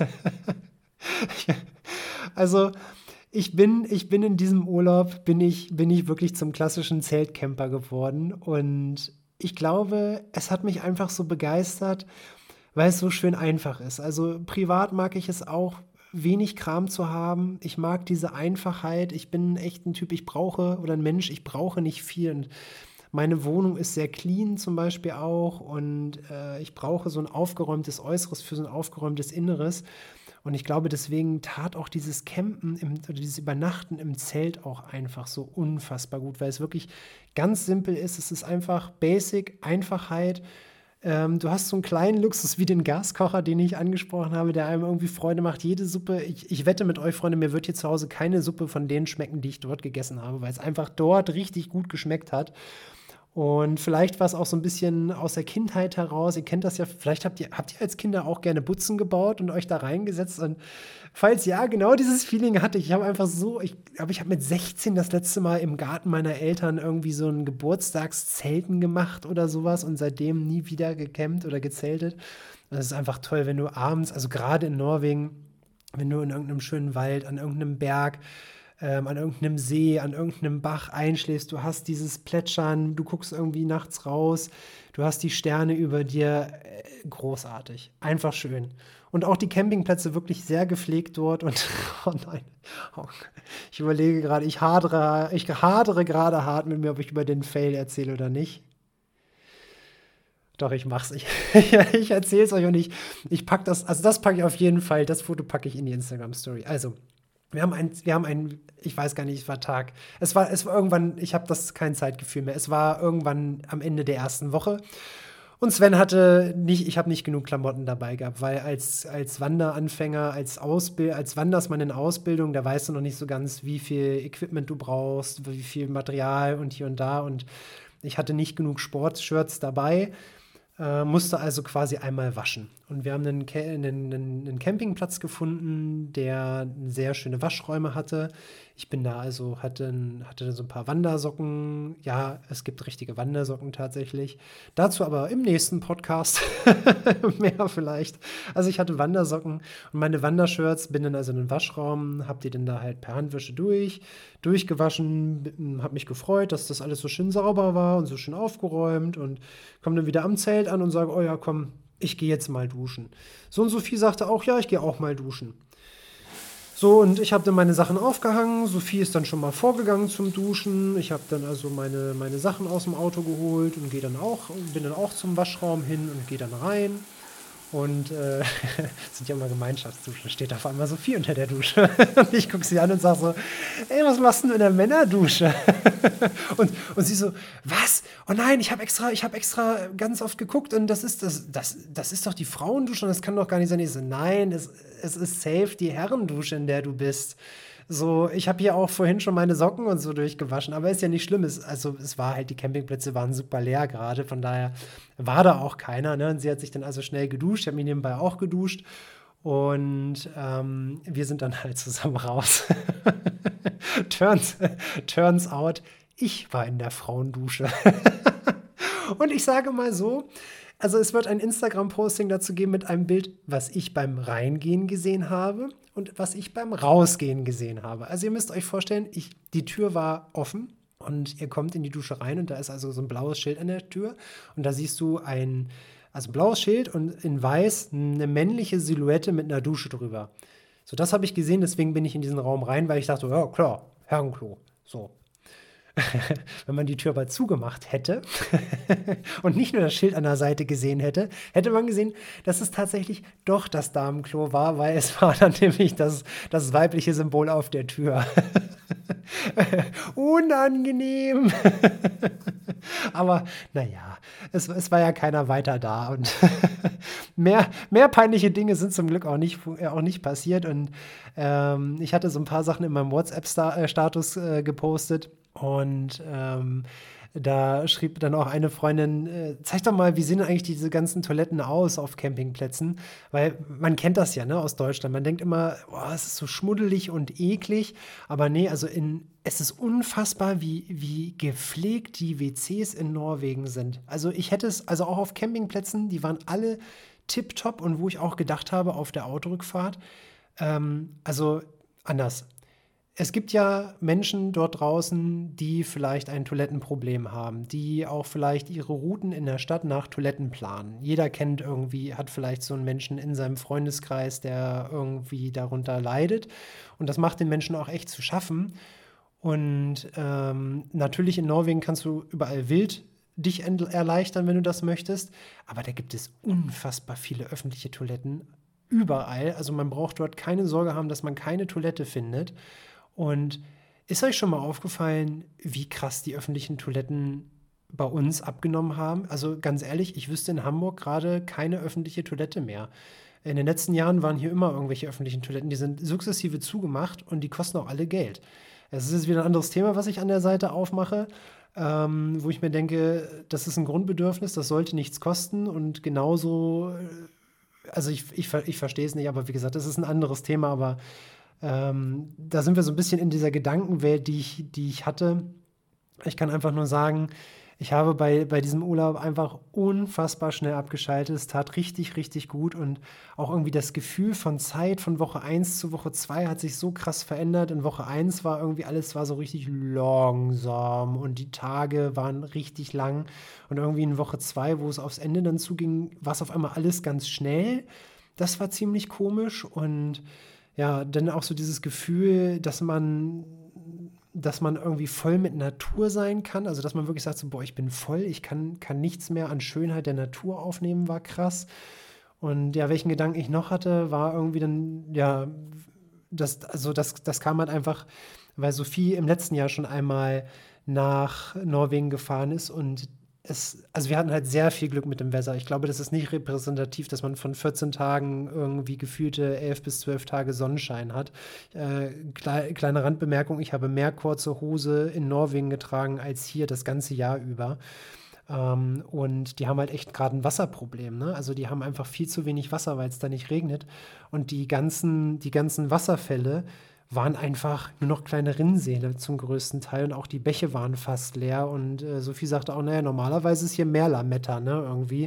Also, ich bin, ich bin in diesem Urlaub, bin ich, bin ich wirklich zum klassischen Zeltcamper geworden. Und ich glaube, es hat mich einfach so begeistert, weil es so schön einfach ist. Also privat mag ich es auch, wenig Kram zu haben. Ich mag diese Einfachheit. Ich bin echt ein Typ, ich brauche, oder ein Mensch, ich brauche nicht viel. Und meine Wohnung ist sehr clean zum Beispiel auch. Und äh, ich brauche so ein aufgeräumtes Äußeres für so ein aufgeräumtes Inneres. Und ich glaube, deswegen tat auch dieses Campen im, oder dieses Übernachten im Zelt auch einfach so unfassbar gut, weil es wirklich ganz simpel ist. Es ist einfach Basic, Einfachheit. Ähm, du hast so einen kleinen Luxus wie den Gaskocher, den ich angesprochen habe, der einem irgendwie Freude macht. Jede Suppe, ich, ich wette mit euch, Freunde, mir wird hier zu Hause keine Suppe von denen schmecken, die ich dort gegessen habe, weil es einfach dort richtig gut geschmeckt hat. Und vielleicht war es auch so ein bisschen aus der Kindheit heraus. Ihr kennt das ja, vielleicht habt ihr, habt ihr als Kinder auch gerne Butzen gebaut und euch da reingesetzt. Und falls ja, genau dieses Feeling hatte ich. Ich habe einfach so, ich glaube, ich habe mit sechzehn das letzte Mal im Garten meiner Eltern irgendwie so ein Geburtstagszelten gemacht oder sowas und seitdem nie wieder gecampt oder gezeltet. Und das ist einfach toll, wenn du abends, also gerade in Norwegen, wenn du in irgendeinem schönen Wald, an irgendeinem Berg, Ähm, an irgendeinem See, an irgendeinem Bach einschläfst, du hast dieses Plätschern, du guckst irgendwie nachts raus, du hast die Sterne über dir, äh, großartig, einfach schön. Und auch die Campingplätze wirklich sehr gepflegt dort und oh nein, oh, ich überlege gerade, ich hadere, ich hadere gerade hart mit mir, ob ich über den Fail erzähle oder nicht. Doch, ich mach's. Ich, ich erzähl's euch und ich, ich pack das, also das packe ich auf jeden Fall, das Foto packe ich in die Instagram-Story. Also, Wir haben ein, wir haben ein, ich weiß gar nicht, es war Tag. Es war, es war irgendwann, ich habe das kein Zeitgefühl mehr. Es war irgendwann am Ende der ersten Woche. Und Sven hatte nicht, ich habe nicht genug Klamotten dabei gehabt, weil als, als Wanderanfänger, als Ausbild, als Wandersmann in Ausbildung, da weißt du noch nicht so ganz, wie viel Equipment du brauchst, wie viel Material und hier und da. Und ich hatte nicht genug Sportshirts dabei. Äh, musste also quasi einmal waschen. Und wir haben einen, einen, einen Campingplatz gefunden, der sehr schöne Waschräume hatte. Ich bin da also, hatte, hatte so ein paar Wandersocken. Ja, es gibt richtige Wandersocken tatsächlich. Dazu aber im nächsten Podcast mehr vielleicht. Also ich hatte Wandersocken und meine Wandershirts, bin dann also in den Waschraum, hab die dann da halt per Handwäsche durch, durchgewaschen, hab mich gefreut, dass das alles so schön sauber war und so schön aufgeräumt und komme dann wieder am Zelt an und sage, oh ja, komm, ich gehe jetzt mal duschen. So und Sophie sagte auch, ja, ich gehe auch mal duschen. So, und ich habe dann meine Sachen aufgehangen. Sophie ist dann schon mal vorgegangen zum Duschen. Ich habe dann also meine, meine Sachen aus dem Auto geholt und gehe dann auch, bin dann auch zum Waschraum hin und gehe dann rein. Und äh, das sind ja immer Gemeinschaftsduschen. Steht auf einmal Sophie unter der Dusche. Und ich gucke sie an und sage so, ey, was machst du in der Männerdusche? und, und sie so, was? Oh nein, ich habe extra, ich habe extra ganz oft geguckt und das ist, das, das, das ist doch die Frauendusche und das kann doch gar nicht sein. Ich so, nein, es, es ist safe die Herrendusche, in der du bist. So, ich habe hier auch vorhin schon meine Socken und so durchgewaschen, aber ist ja nicht schlimm. Es, also es war halt, die Campingplätze waren super leer gerade, von daher war da auch keiner. Ne? Und sie hat sich dann also schnell geduscht, ich habe mich nebenbei auch geduscht und ähm, wir sind dann halt zusammen raus. turns, turns out, ich war in der Frauendusche. Und ich sage mal so, also es wird ein Instagram-Posting dazu geben mit einem Bild, was ich beim Reingehen gesehen habe und was ich beim Rausgehen gesehen habe. Also ihr müsst euch vorstellen, ich, die Tür war offen und ihr kommt in die Dusche rein und da ist also so ein blaues Schild an der Tür und da siehst du ein, also ein blaues Schild und in weiß eine männliche Silhouette mit einer Dusche drüber. So, das habe ich gesehen, deswegen bin ich in diesen Raum rein, weil ich dachte, ja klar, Herrenklo, so. Wenn man die Tür aber zugemacht hätte und nicht nur das Schild an der Seite gesehen hätte, hätte man gesehen, dass es tatsächlich doch das Damenklo war, weil es war dann nämlich das, das weibliche Symbol auf der Tür. Unangenehm. Aber naja, es, es war ja keiner weiter da und mehr, mehr peinliche Dinge sind zum Glück auch nicht, auch nicht passiert und ähm, ich hatte so ein paar Sachen in meinem WhatsApp-Status äh, gepostet. Und ähm, da schrieb dann auch eine Freundin, äh, zeig doch mal, wie sehen eigentlich diese ganzen Toiletten aus auf Campingplätzen? Weil man kennt das ja, ne, aus Deutschland. Man denkt immer, oh, es ist so schmuddelig und eklig. Aber nee, also in, es ist unfassbar, wie, wie gepflegt die W Cs in Norwegen sind. Also ich hätte es, also auch auf Campingplätzen, die waren alle tipptopp und wo ich auch gedacht habe, auf der Autorückfahrt, ähm, also anders. Es gibt ja Menschen dort draußen, die vielleicht ein Toilettenproblem haben, die auch vielleicht ihre Routen in der Stadt nach Toiletten planen. Jeder kennt irgendwie, hat vielleicht so einen Menschen in seinem Freundeskreis, der irgendwie darunter leidet. Und das macht den Menschen auch echt zu schaffen. Und ähm, natürlich in Norwegen kannst du überall wild dich erleichtern, wenn du das möchtest. Aber da gibt es unfassbar viele öffentliche Toiletten überall. Also man braucht dort keine Sorge haben, dass man keine Toilette findet. Und ist euch schon mal aufgefallen, wie krass die öffentlichen Toiletten bei uns abgenommen haben? Also ganz ehrlich, ich wüsste in Hamburg gerade keine öffentliche Toilette mehr. In den letzten Jahren waren hier immer irgendwelche öffentlichen Toiletten, die sind sukzessive zugemacht und die kosten auch alle Geld. Es ist jetzt wieder ein anderes Thema, was ich an der Seite aufmache, ähm, wo ich mir denke, das ist ein Grundbedürfnis, das sollte nichts kosten und genauso, also ich, ich, ich verstehe es nicht, aber wie gesagt, das ist ein anderes Thema, aber Ähm, da sind wir so ein bisschen in dieser Gedankenwelt, die ich, die ich hatte. Ich kann einfach nur sagen, ich habe bei, bei diesem Urlaub einfach unfassbar schnell abgeschaltet. Es tat richtig, richtig gut und auch irgendwie das Gefühl von Zeit von Woche eins zu Woche zwei hat sich so krass verändert. In Woche eins war irgendwie alles war so richtig langsam und die Tage waren richtig lang und irgendwie in Woche zwei, wo es aufs Ende dann zuging, war es auf einmal alles ganz schnell. Das war ziemlich komisch und ja, dann auch so dieses Gefühl, dass man, dass man irgendwie voll mit Natur sein kann. Also, dass man wirklich sagt, so, boah, ich bin voll, ich kann, kann nichts mehr an Schönheit der Natur aufnehmen, war krass. Und ja, welchen Gedanken ich noch hatte, war irgendwie dann, ja, das, also das, das kam halt einfach, weil Sophie im letzten Jahr schon einmal nach Norwegen gefahren ist und es, also wir hatten halt sehr viel Glück mit dem Wetter. Ich glaube, das ist nicht repräsentativ, dass man von vierzehn Tagen irgendwie gefühlte elf bis zwölf Tage Sonnenschein hat. Äh, klei- kleine Randbemerkung, ich habe mehr kurze Hose in Norwegen getragen als hier das ganze Jahr über. Ähm, und die haben halt echt gerade ein Wasserproblem, ne? Also die haben einfach viel zu wenig Wasser, weil es da nicht regnet. Und die ganzen, die ganzen Wasserfälle waren einfach nur noch kleine Rinnsäle zum größten Teil und auch die Bäche waren fast leer und äh, Sophie sagte auch, naja, normalerweise ist hier mehr Lametta, ne, irgendwie.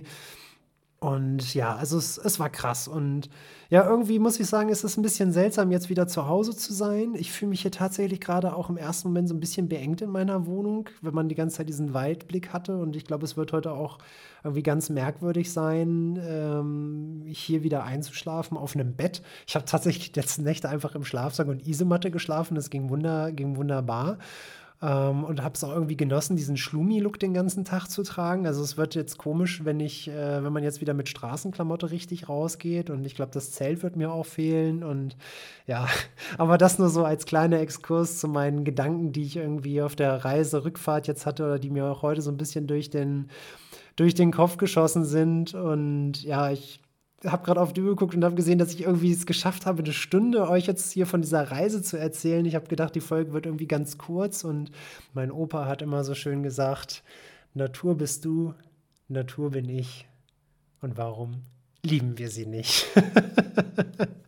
Und ja, also es, es war krass und ja, irgendwie muss ich sagen, es ist ein bisschen seltsam, jetzt wieder zu Hause zu sein. Ich fühle mich hier tatsächlich gerade auch im ersten Moment so ein bisschen beengt in meiner Wohnung, wenn man die ganze Zeit diesen Weitblick hatte und ich glaube, es wird heute auch irgendwie ganz merkwürdig sein, ähm, hier wieder einzuschlafen auf einem Bett. Ich habe tatsächlich die letzten Nächte einfach im Schlafsack und Isomatte geschlafen, das ging, wunder, ging wunderbar. ähm, und habe es auch irgendwie genossen, diesen Schlumi-Look den ganzen Tag zu tragen. Also es wird jetzt komisch, wenn ich, äh, wenn man jetzt wieder mit Straßenklamotte richtig rausgeht und ich glaube, das Zelt wird mir auch fehlen und ja, aber das nur so als kleiner Exkurs zu meinen Gedanken, die ich irgendwie auf der Reise Rückfahrt jetzt hatte oder die mir auch heute so ein bisschen durch den durch den Kopf geschossen sind. Und ja, ich habe gerade auf die Uhr geguckt und habe gesehen, dass ich irgendwie es geschafft habe, eine Stunde euch jetzt hier von dieser Reise zu erzählen. Ich habe gedacht, die Folge wird irgendwie ganz kurz und mein Opa hat immer so schön gesagt, Natur bist du, Natur bin ich und warum lieben wir sie nicht?